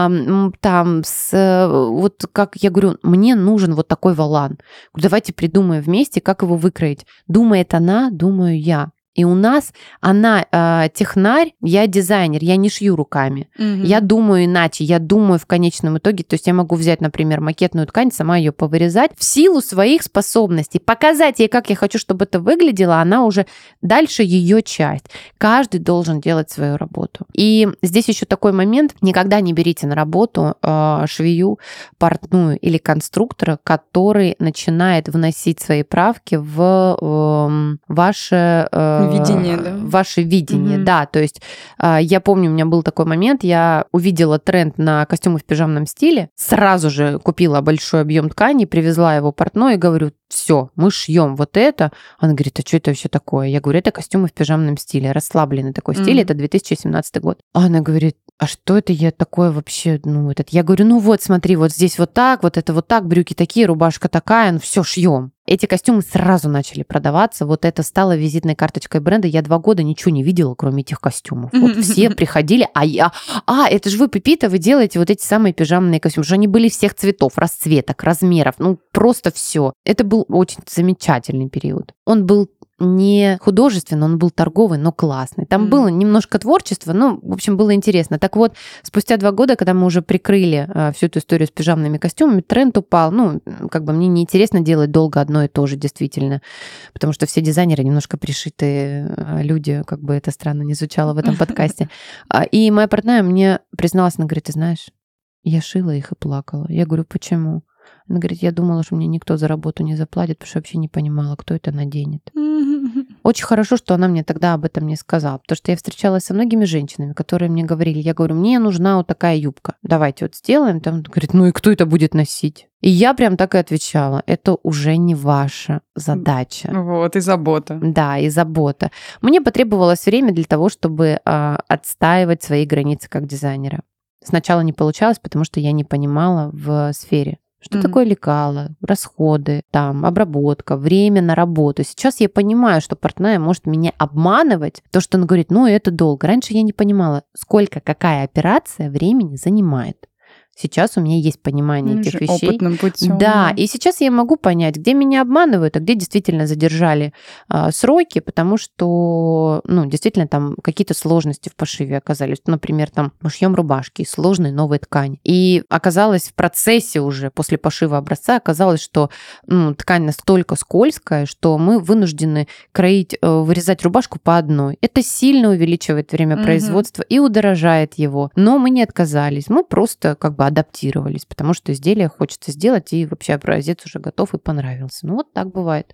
там, с, вот как я говорю, мне нужен вот такой волан. Давайте придумаем вместе, как его выкроить. Думает она, думаю я. И у нас она э, технарь, я дизайнер, я не шью руками. Mm-hmm. Я думаю иначе, я думаю в конечном итоге, то есть я могу взять, например, макетную ткань, сама ее повырезать в силу своих способностей, показать ей, как я хочу, чтобы это выглядело, она уже дальше ее часть. Каждый должен делать свою работу. И здесь еще такой момент, никогда не берите на работу э, швею, портную или конструктора, который начинает вносить свои правки в э, ваше... Э, Видение, да? Ваше видение, угу. да. То есть я помню, у меня был такой момент, я увидела тренд на костюмы в пижамном стиле, сразу же купила большой объем ткани, привезла его портной и говорю, все, мы шьем вот это. Она говорит, а что это вообще такое? Я говорю, это костюмы в пижамном стиле, расслабленный такой стиль, mm-hmm. это две тысячи семнадцатый год. А она говорит, а что это я такое вообще, ну, этот... Я говорю, ну вот, смотри, вот здесь вот так, вот это вот так, брюки такие, рубашка такая, ну все, шьем. Эти костюмы сразу начали продаваться, вот это стало визитной карточкой бренда. Я два года ничего не видела, кроме этих костюмов. Вот все приходили, а я... А, это же вы, Пепита, вы делаете вот эти самые пижамные костюмы. Что они были всех цветов, расцветок, размеров, ну, просто все. Это был очень замечательный период. Он был не художественный, он был торговый, но классный. Там mm. было немножко творчества, ну, в общем, было интересно. Так вот, спустя два года, когда мы уже прикрыли а, всю эту историю с пижамными костюмами, тренд упал. Ну, как бы мне неинтересно делать долго одно и то же, действительно, потому что все дизайнеры немножко пришитые люди, как бы это странно не звучало в этом подкасте. И моя партнер мне призналась, она говорит, ты знаешь, я шила их и плакала. Я говорю, почему? Она говорит, я думала, что мне никто за работу не заплатит, потому что вообще не понимала, кто это наденет. Mm-hmm. Очень хорошо, что она мне тогда об этом не сказала, потому что я встречалась со многими женщинами, которые мне говорили, я говорю, мне нужна вот такая юбка, давайте вот сделаем. Там говорит, ну и кто это будет носить? И я прям так и отвечала, это уже не ваша задача. Вот, и забота. Да, и забота. Мне потребовалось время для того, чтобы э, отстаивать свои границы как дизайнера. Сначала не получалось, потому что я не понимала в сфере. Что mm-hmm. такое лекало, расходы, там, обработка, время на работу. Сейчас я понимаю, что партнер может меня обманывать, то, что он говорит, ну, это долго. Раньше я не понимала, сколько какая операция времени занимает. Сейчас у меня есть понимание этих вещей. Опытным путем. Да, и сейчас я могу понять, где меня обманывают, а где действительно задержали а, сроки, потому что, ну, действительно там какие-то сложности в пошиве оказались. Например, там мы шьем рубашки из сложной новой ткани. И оказалось в процессе уже, после пошива образца, оказалось, что ну, ткань настолько скользкая, что мы вынуждены кроить, вырезать рубашку по одной. Это сильно увеличивает время угу. производства и удорожает его. Но мы не отказались, мы просто как бы адаптировались, потому что изделие хочется сделать, и вообще образец уже готов и понравился. Ну вот так бывает.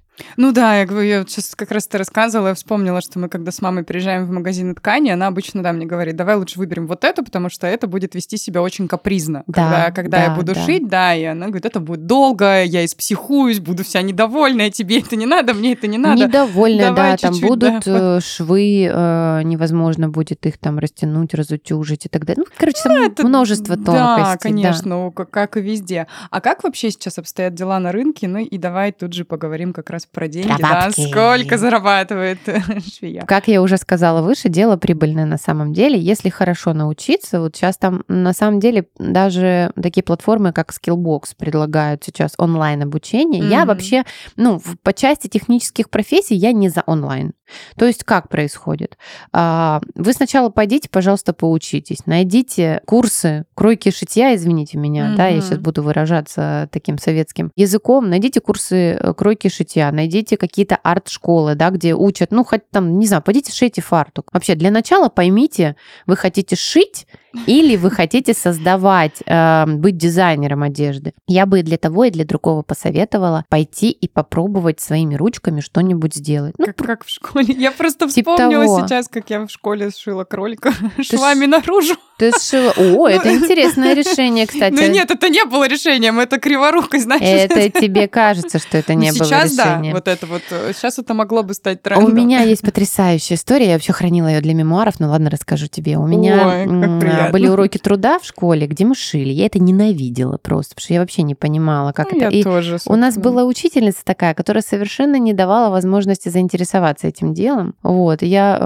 Ну да, я говорю, я сейчас как раз ты рассказывала, я вспомнила, что мы когда с мамой приезжаем в магазины ткани, она обычно, да, мне говорит, давай лучше выберем вот это, потому что это будет вести себя очень капризно. Да, когда когда да, я буду да. шить, да, и она говорит, это будет долго, я испсихуюсь, буду вся недовольная, тебе это не надо, мне это не надо. Недовольная, Давай да, там чуть-чуть, будут да. э, швы, э, невозможно будет их там растянуть, разутюжить и так далее. Ну, короче, там Это- множество тонкостей. Да, конечно, у- как, как и везде. А как вообще сейчас обстоят дела на рынке? Ну и давай тут же поговорим как раз про деньги, Про да, бабки. сколько зарабатывает швея. Как я уже сказала выше, дело прибыльное на самом деле, если хорошо научиться. Вот сейчас там на самом деле даже такие платформы, как Skillbox, предлагают сейчас онлайн-обучение. Я Мгм. вообще, ну, в- по части технических профессий я не за онлайн. То есть как происходит? А, Вы сначала пойдите, пожалуйста, поучитесь. Найдите курсы кройки шитья, извините меня, да, я Мгм. сейчас буду выражаться таким советским языком. Найдите курсы э, кройки шитья, найдите какие-то арт-школы, да, где учат, ну, хоть там, не знаю, пойдите шейте фартук. Вообще, для начала поймите, вы хотите шить или вы хотите создавать, э, быть дизайнером одежды. Я бы и для того, и для другого посоветовала пойти и попробовать своими ручками что-нибудь сделать. Ну, Как, как в школе. Я просто Типа вспомнила того. сейчас, как я в школе сшила кролика швами наружу. ты сшила... О, это интересное решение, кстати. Ну нет, это не было решением, это криворукой, значит. Это тебе кажется, что это не Ну, было сейчас, да, решением. вот это вот. э, Сейчас это могло бы стать А трендом. У меня есть потрясающая история, я вообще хранила ее для мемуаров, но ладно, расскажу тебе. У меня Ой, как м, приятно. были уроки труда в школе, где мы шили. Я это ненавидела просто, потому что я вообще не понимала, как Ну, это. я И тоже, у нас собственно. была учительница такая, которая совершенно не давала возможности заинтересоваться этим делом. Вот, и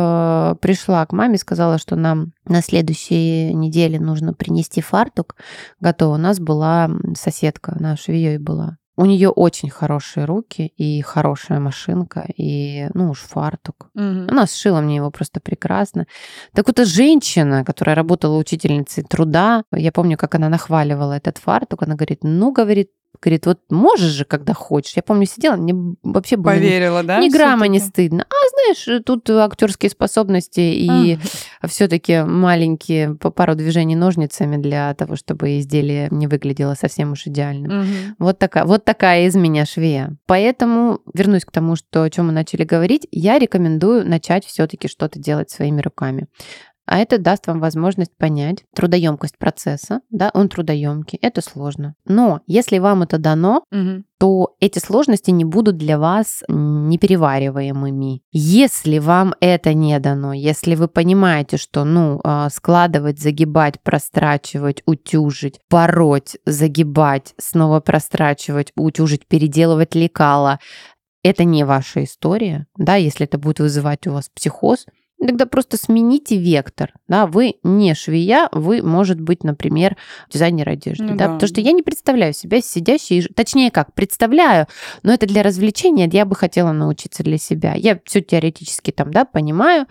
я э, пришла к маме, сказала, что нам на следующей неделе нужно принести фартук. Готово. У нас была соседка, она швеей была. У нее очень хорошие руки и хорошая машинка, и, ну уж, фартук. Мгм. Она сшила мне его просто прекрасно. Так вот, эта женщина, которая работала учительницей труда, я помню, как она нахваливала этот фартук, она говорит, ну, говорит, говорит, вот можешь же, когда хочешь. Я помню, сидела, мне вообще было ни, Поверила, да? ни грамма не всё-таки? стыдно. А знаешь, тут актерские способности и А, все-таки маленькие по пару движений ножницами для того, чтобы изделие не выглядело совсем уж идеально. мгм. Вот такая, вот такая из меня швея. Поэтому вернусь к тому, что, о чем мы начали говорить. Я рекомендую начать все-таки что-то делать своими руками. А это даст вам возможность понять трудоемкость процесса. Да, он трудоемкий, это сложно. Но если вам это дано, Мгм. то эти сложности не будут для вас неперевариваемыми. Если вам это не дано, если вы понимаете, что ну, а, складывать, загибать, прострачивать, утюжить, пороть, загибать, снова прострачивать, утюжить, переделывать лекала, это не ваша история, да, если это будет вызывать у вас психоз, тогда просто смените вектор. Да? Вы не швея, вы, может быть, например, дизайнер одежды. Ну да? да. Потому что я не представляю себя сидящей, ж- точнее как, представляю, но это для развлечения, я бы хотела научиться для себя. Я все теоретически там, да, понимаю,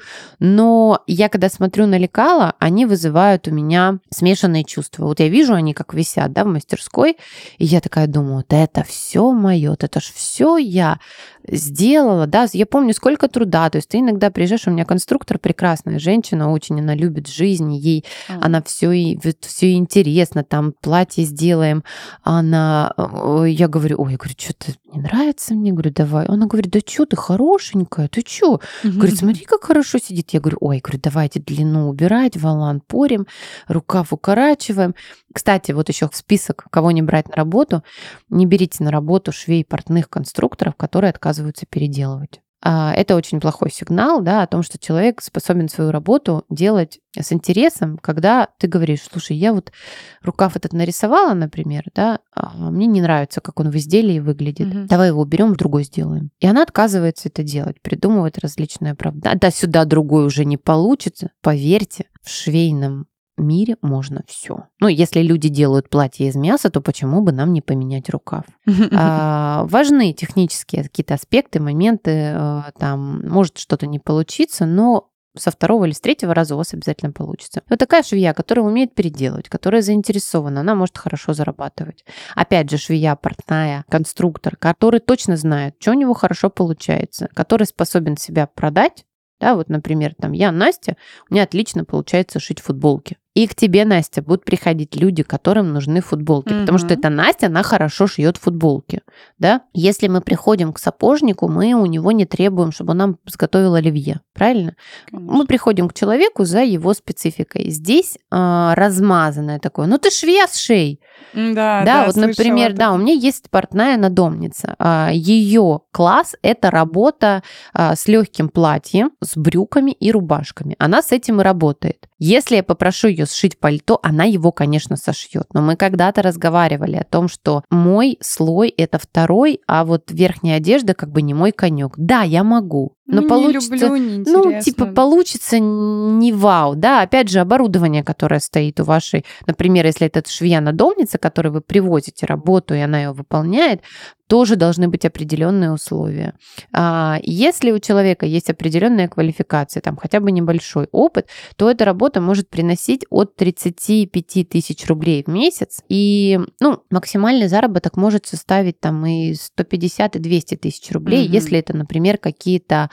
но я когда смотрю на лекала, они вызывают у меня смешанные чувства. Вот я вижу, они как висят, да, в мастерской, и я такая думаю, вот это все мое, вот это ж все я сделала, да, я помню, сколько труда, то есть ты иногда приезжаешь, у меня конструктор прекрасная женщина, очень она любит жизнь, ей А. она все, все интересно, там платье сделаем, она, э, я говорю, ой, я говорю, что-то не нравится мне, говорю, давай, она говорит, да что ты хорошенькая, ты что? Говорит, смотри, как хорошо сидит. Я говорю, ой, говорю, давайте длину убирать, волан порем, рукав укорачиваем. Кстати, вот еще список, кого не брать на работу. Не берите на работу швей, портных, конструкторов, которые отказываются переделывать. А, Это очень плохой сигнал, да, о том, что человек способен свою работу делать с интересом, когда ты говоришь, слушай, я вот рукав этот нарисовала, например, да, а мне не нравится, как он в изделии выглядит. Мгм. Давай его уберем, в другой сделаем. И она отказывается это делать, придумывает различные оправдания. Да, сюда другой уже не получится. Поверьте, в швейном мире можно все. Ну, если люди делают платье из мяса, то почему бы нам не поменять рукав? А, важны технические какие-то аспекты, моменты, э, там может что-то не получиться, но со второго или с третьего раза у вас обязательно получится. Вот такая швея, которая умеет переделывать, которая заинтересована, она может хорошо зарабатывать. Опять же, швея, портная, конструктор, который точно знает, что у него хорошо получается, который способен себя продать. Да, вот, например, там я, Настя, у меня отлично получается шить футболки. И к тебе, Настя, будут приходить люди, которым нужны футболки, mm-hmm. потому что эта Настя, она хорошо шьет футболки, да? Если мы приходим к сапожнику, мы у него не требуем, чтобы он нам сготовил оливье, правильно? Конечно. Мы приходим к человеку за его спецификой. Здесь э, размазанное такое, ну ты швец, шей. Да, да, да, вот, например, это. да, у меня есть портная надомница. Ее класс – это работа а, с легким платьем, с брюками и рубашками. Она с этим и работает. Если я попрошу ее сшить пальто, она его, конечно, сошьет. Но мы когда-то разговаривали о том, что мой слой – это второй, а вот верхняя одежда как бы не мой конек. Да, я могу. Но ну, получится, не люблю, неинтересно. Ну, типа, получится не вау, да, опять же, оборудование, которое стоит у вашей, например, если это швея-надомница, которой вы привозите работу, и она ее выполняет, тоже должны быть определенные условия. Если у человека есть определенная квалификация, там хотя бы небольшой опыт, то эта работа может приносить от тридцати пяти тысяч рублей в месяц, и ну, максимальный заработок может составить там и сто пятьдесят, и двести тысяч рублей, угу. если это, например, какие-то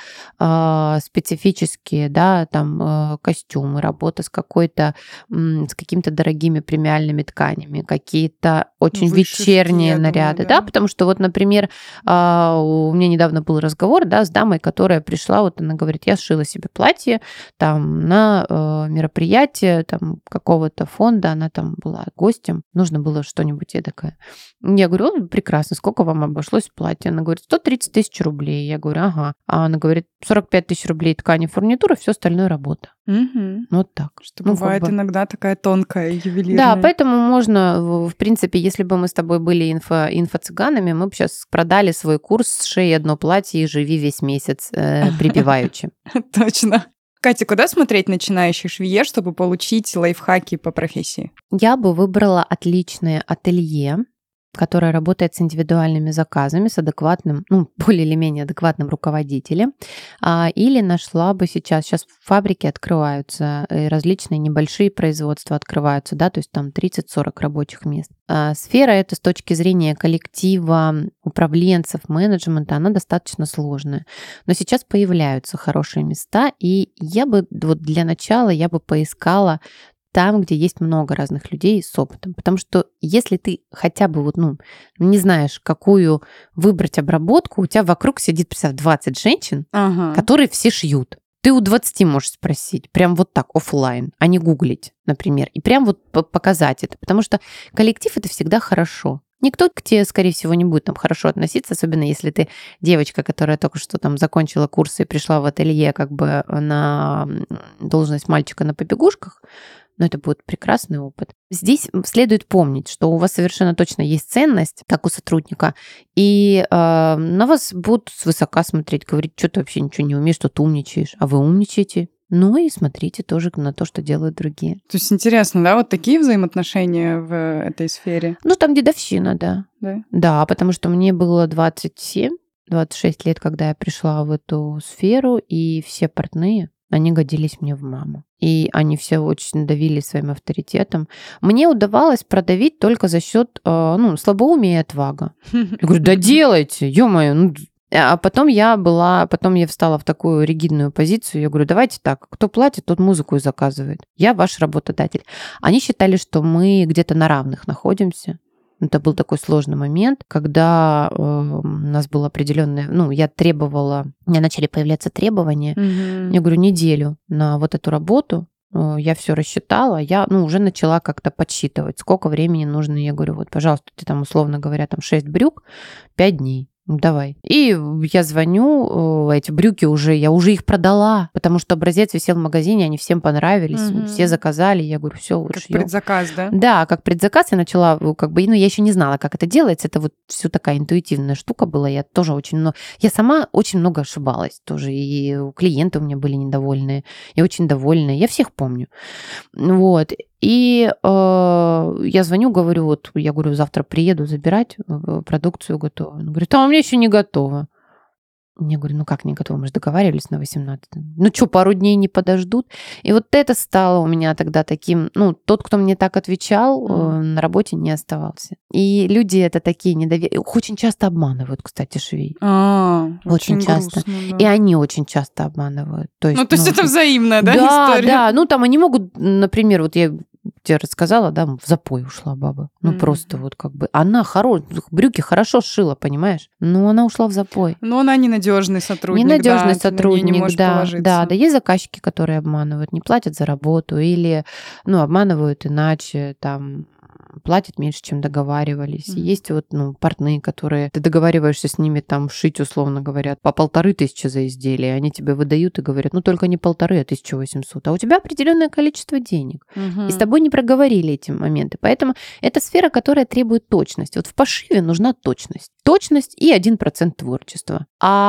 э, специфические, да, там э, костюмы, работа с какой-то, э, с какими-то дорогими премиальными тканями, какие-то очень Высшие вечерние шки, наряды, думаю, да? да, потому что вот, например, у меня недавно был разговор, да, с дамой, которая пришла, вот она говорит, я сшила себе платье там на э, мероприятие там какого-то фонда, она там была гостем, нужно было что-нибудь эдакое. Я говорю, прекрасно, сколько вам обошлось платье? Она говорит, сто тридцать тысяч рублей. Я говорю, ага. А она говорит, сорок пять тысяч рублей ткани, фурнитура, все остальное работа. Угу. Вот так. Что ну, бывает как бы... иногда такая тонкая, ювелирная. Да, поэтому можно, в принципе, если бы мы с тобой были инфо, инфо-цыганами, мы бы сейчас продали свой курс «Сшей одно платье и живи весь месяц э, припеваючи. Точно. Катя, куда смотреть начинающих швее, чтобы получить лайфхаки по профессии? Я бы выбрала отличное ателье, которая работает с индивидуальными заказами, с адекватным, ну, более или менее адекватным руководителем. Или нашла бы сейчас, сейчас фабрики открываются, различные небольшие производства открываются, да, то есть там тридцать-сорок рабочих мест. Сфера эта с точки зрения коллектива, управленцев, менеджмента, она достаточно сложная. Но сейчас появляются хорошие места, и я бы вот для начала я бы поискала там, где есть много разных людей с опытом. Потому что если ты хотя бы вот, ну, не знаешь, какую выбрать обработку, у тебя вокруг сидит, представь, двадцать женщин, ага. которые все шьют. Ты у двадцати можешь спросить, прям вот так, офлайн, а не гуглить, например, и прям вот показать это. Потому что коллектив — это всегда хорошо. Никто к тебе, скорее всего, не будет там хорошо относиться, особенно если ты девочка, которая только что там закончила курсы и пришла в ателье как бы на должность мальчика на побегушках. Но это будет прекрасный опыт. Здесь следует помнить, что у вас совершенно точно есть ценность, как у сотрудника, и э, на вас будут свысока смотреть, говорить, что ты вообще ничего не умеешь, что ты умничаешь, а вы умничаете. Ну и смотрите тоже на то, что делают другие. То есть интересно, да, вот такие взаимоотношения в этой сфере? Ну там дедовщина, да. Да? Да, потому что мне было двадцать семь двадцать шесть лет, когда я пришла в эту сферу, и все портные, они годились мне в маму. И они все очень давили своим авторитетом. Мне удавалось продавить только за счет ну, слабоумия и отвага. Я говорю, да делайте, ё-моё. Ну. А потом я была, потом я встала в такую ригидную позицию. Я говорю, давайте так, кто платит, тот музыку и заказывает. Я ваш работодатель. Они считали, что мы где-то на равных находимся. Это был такой сложный момент, когда э, у нас было определенное, ну, я требовала, у меня начали появляться требования. Mm-hmm. Я говорю, неделю на вот эту работу, э, я все рассчитала, я, ну, уже начала как-то подсчитывать, сколько времени нужно. Я говорю, вот, пожалуйста, ты там, условно говоря, там шесть брюк, пять дней. Давай. И я звоню, эти брюки уже, я уже их продала, потому что образец висел в магазине, они всем понравились, угу. все заказали, я говорю, все, вот как шьём. Предзаказ, да? Да, как предзаказ я начала, как бы, ну, я еще не знала, как это делается, это вот все такая интуитивная штука была, я тоже очень много, я сама очень много ошибалась тоже, и клиенты у меня были недовольные, я очень довольная, я всех помню, вот. И э, я звоню, говорю, вот, я говорю, завтра приеду забирать продукцию готовую. Он говорит, а у меня еще не готово. Я говорю, ну как не готово? Мы же договаривались на восемнадцатое. Ну что, пару дней не подождут? И вот это стало у меня тогда таким... Ну, тот, кто мне так отвечал, mm. на работе не оставался. И люди это такие недоверие... Их очень часто обманывают, кстати, швей. А, очень, очень часто. Грустно, да. И они очень часто обманывают. То есть, ну, то есть ну, это взаимная, да, да, история? Да, ну там они могут, например, вот я тебе рассказала, да, в запой ушла баба. Ну, mm-hmm. просто вот как бы... Она хорош... брюки хорошо сшила, понимаешь? Но она ушла в запой. Но она ненадежный сотрудник. Ненадежный да, сотрудник, не можешь да. положиться. Да, да, есть заказчики, которые обманывают, не платят за работу или, ну, обманывают иначе, там... платят меньше, чем договаривались. Mm-hmm. Есть вот, ну, портные, которые... Ты договариваешься с ними там шить, условно говоря, по полторы тысячи за изделие. Они тебе выдают и говорят, ну, только не полторы, а тысяча восемьсот. А у тебя определенное количество денег. Mm-hmm. И с тобой не проговорили эти моменты. Поэтому это сфера, которая требует точности. Вот в пошиве нужна точность. Точность и один процент творчества.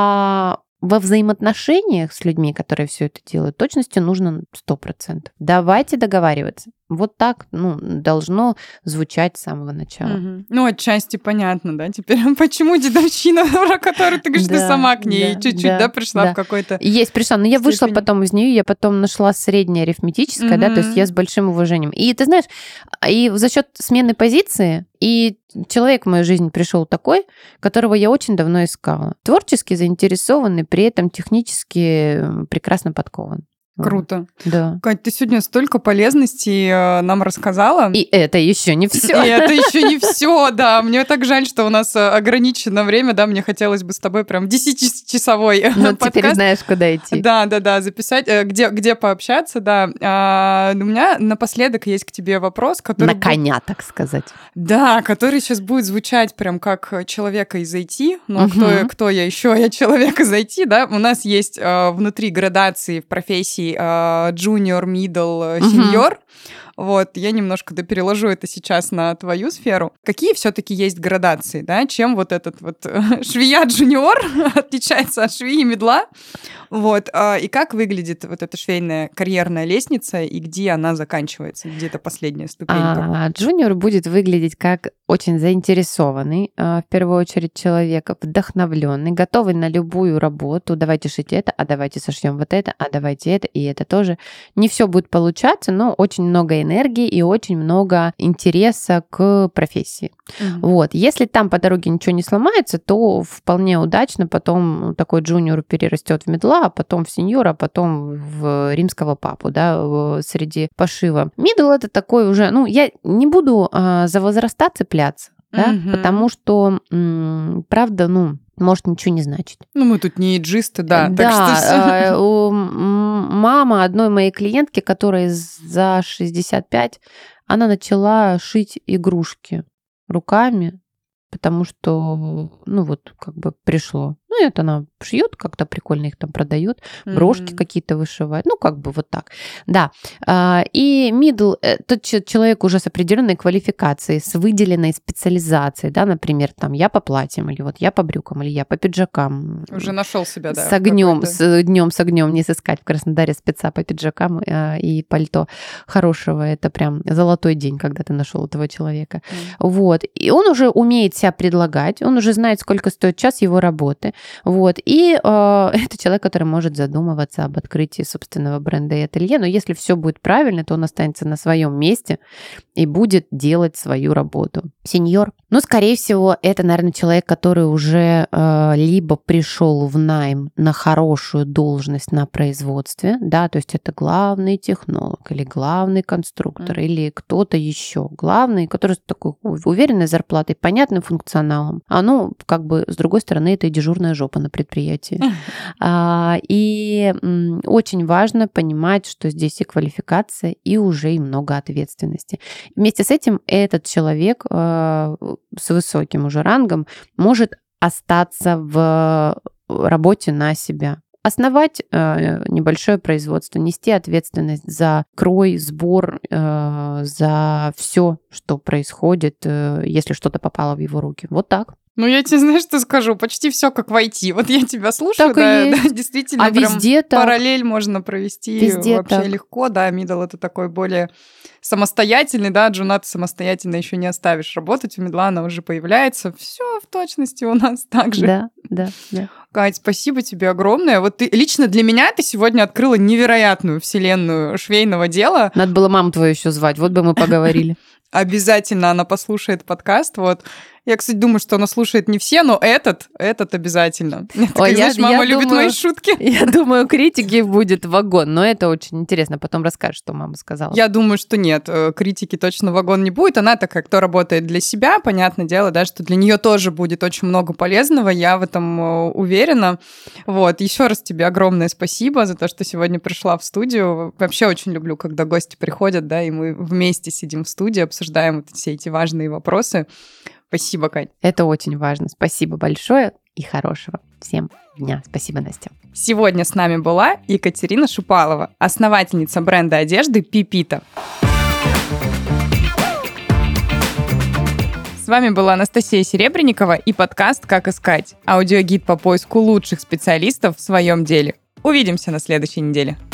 А во взаимоотношениях с людьми, которые все это делают, точности нужно сто процентов. Давайте договариваться. Вот так, ну, должно звучать с самого начала. Угу. Ну, отчасти понятно, да, теперь почему дедовщина, про которую ты говоришь, да, ты сама к ней да, чуть-чуть, да, да пришла да. в какой-то... Есть, пришла, но я степени. Вышла потом из нее, я потом нашла среднее арифметическое, угу. да, то есть я с большим уважением. И ты знаешь, и за счет смены позиции, и человек в мою жизнь пришел такой, которого я очень давно искала. Творчески заинтересованный, при этом технически прекрасно подкован. Круто. Да. Кать, ты сегодня столько полезностей э, нам рассказала. И это еще не все. И это еще не все, да. Мне так жаль, что у нас ограничено время, да. Мне хотелось бы с тобой прям десятичасовой ну, подкаст. Теперь знаешь, куда идти. Да, да, да, записать, где, где пообщаться, да. А, у меня напоследок есть к тебе вопрос, который... На коня, будет... так сказать. Да, который сейчас будет звучать прям как человека из ай ти. Ну, угу. кто, кто я еще? Я человек из ай ти, да. У нас есть а, внутри градации в профессии junior, middle, senior. Uh-huh. Вот, я немножко да, переложу это сейчас на твою сферу. Какие все-таки есть градации, да? Чем вот этот вот швея-джуниор отличается от швеи-медла? Вот, и как выглядит вот эта швейная карьерная лестница, и где она заканчивается, где это последняя ступенька? А, джуниор будет выглядеть как очень заинтересованный, в первую очередь, человек, вдохновленный, готовый на любую работу. Давайте шить это, а давайте сошьем вот это, а давайте это, и это тоже. Не все будет получаться, но очень много энергии и очень много интереса к профессии. Mm-hmm. Вот. Если там по дороге ничего не сломается, то вполне удачно потом такой джуниор перерастет в медла, а потом в сеньора, а потом в римского папу, да, среди пошива. Мидл — это такой уже, ну, я не буду а, за возраста цепляться, да, mm-hmm. потому что, м- правда, ну, может ничего не значить. Ну, мы тут не эйджисты, да. Да, так что... у мама одной моей клиентки, которая за шестьдесят пять, она начала шить игрушки руками, потому что, ну, вот как бы пришло. Ну, это она шьет, как-то прикольно их там продает, брошки mm-hmm. какие-то вышивает, ну, как бы вот так. Да. И middle — тот человек уже с определенной квалификацией, с выделенной специализацией, да, например, там, я по платьям, или вот я по брюкам, или я по пиджакам. Уже нашел себя, да. С огнем, с днем с огнем не сыскать в Краснодаре спеца по пиджакам и пальто хорошего. Это прям золотой день, когда ты нашел этого человека. Mm-hmm. Вот. И он уже умеет себя предлагать, он уже знает, сколько стоит час его работы. Вот. И э, это человек, который может задумываться об открытии собственного бренда и ателье. Но если все будет правильно, то он останется на своем месте и будет делать свою работу. Сеньор. Ну, скорее всего, это, наверное, человек, который уже э, либо пришел в найм на хорошую должность на производстве, да, то есть это главный технолог или главный конструктор mm. или кто-то еще главный, который с такой уверенной зарплатой, понятным функционалом. А ну, как бы, с другой стороны, это и дежурная жопа на предприятии. Mm. А, и м, очень важно понимать, что здесь и квалификация, и уже и много ответственности. Вместе с этим этот человек э, с высоким уже рангом может остаться в работе на себя. Основать э, небольшое производство, нести ответственность за крой, сбор, э, за все, что происходит, э, если что-то попало в его руки. Вот так. Ну, я тебе, знаешь, что скажу? Почти все как в ай ти. Вот я тебя слушаю, да, да, действительно, а прям везде параллель можно провести везде вообще так. легко, да, middle — это такой более самостоятельный, да, джуна ты самостоятельно еще не оставишь работать, у мидла она уже появляется, все в точности у нас так же. Да, да, да. Кать, спасибо тебе огромное. Вот ты лично для меня ты сегодня открыла невероятную вселенную швейного дела. Надо было маму твою еще звать, вот бы мы поговорили. Обязательно она послушает подкаст. Вот Я, кстати, думаю, что она слушает не все, но этот, этот обязательно. Ой, знаешь, я, мама я любит думаю, мои шутки. Я думаю, критики будет вагон, но это очень интересно. Потом расскажешь, что мама сказала. Я думаю, что нет, критики точно вагон не будет. Она такая, кто работает для себя, понятное дело, да, что для нее тоже будет очень много полезного, я в этом уверена. Вот, еще раз тебе огромное спасибо за то, что сегодня пришла в студию. Вообще очень люблю, когда гости приходят, да, и мы вместе сидим в студии, обсуждаем вот все эти важные вопросы. Спасибо, Кать. Это очень важно. Спасибо большое и хорошего всем дня. Спасибо, Настя. Сегодня с нами была Екатерина Шупалова, основательница бренда одежды Пипита. С вами была Анастасия Серебренникова и подкаст «Как искать». Аудиогид по поиску лучших специалистов в своем деле. Увидимся на следующей неделе.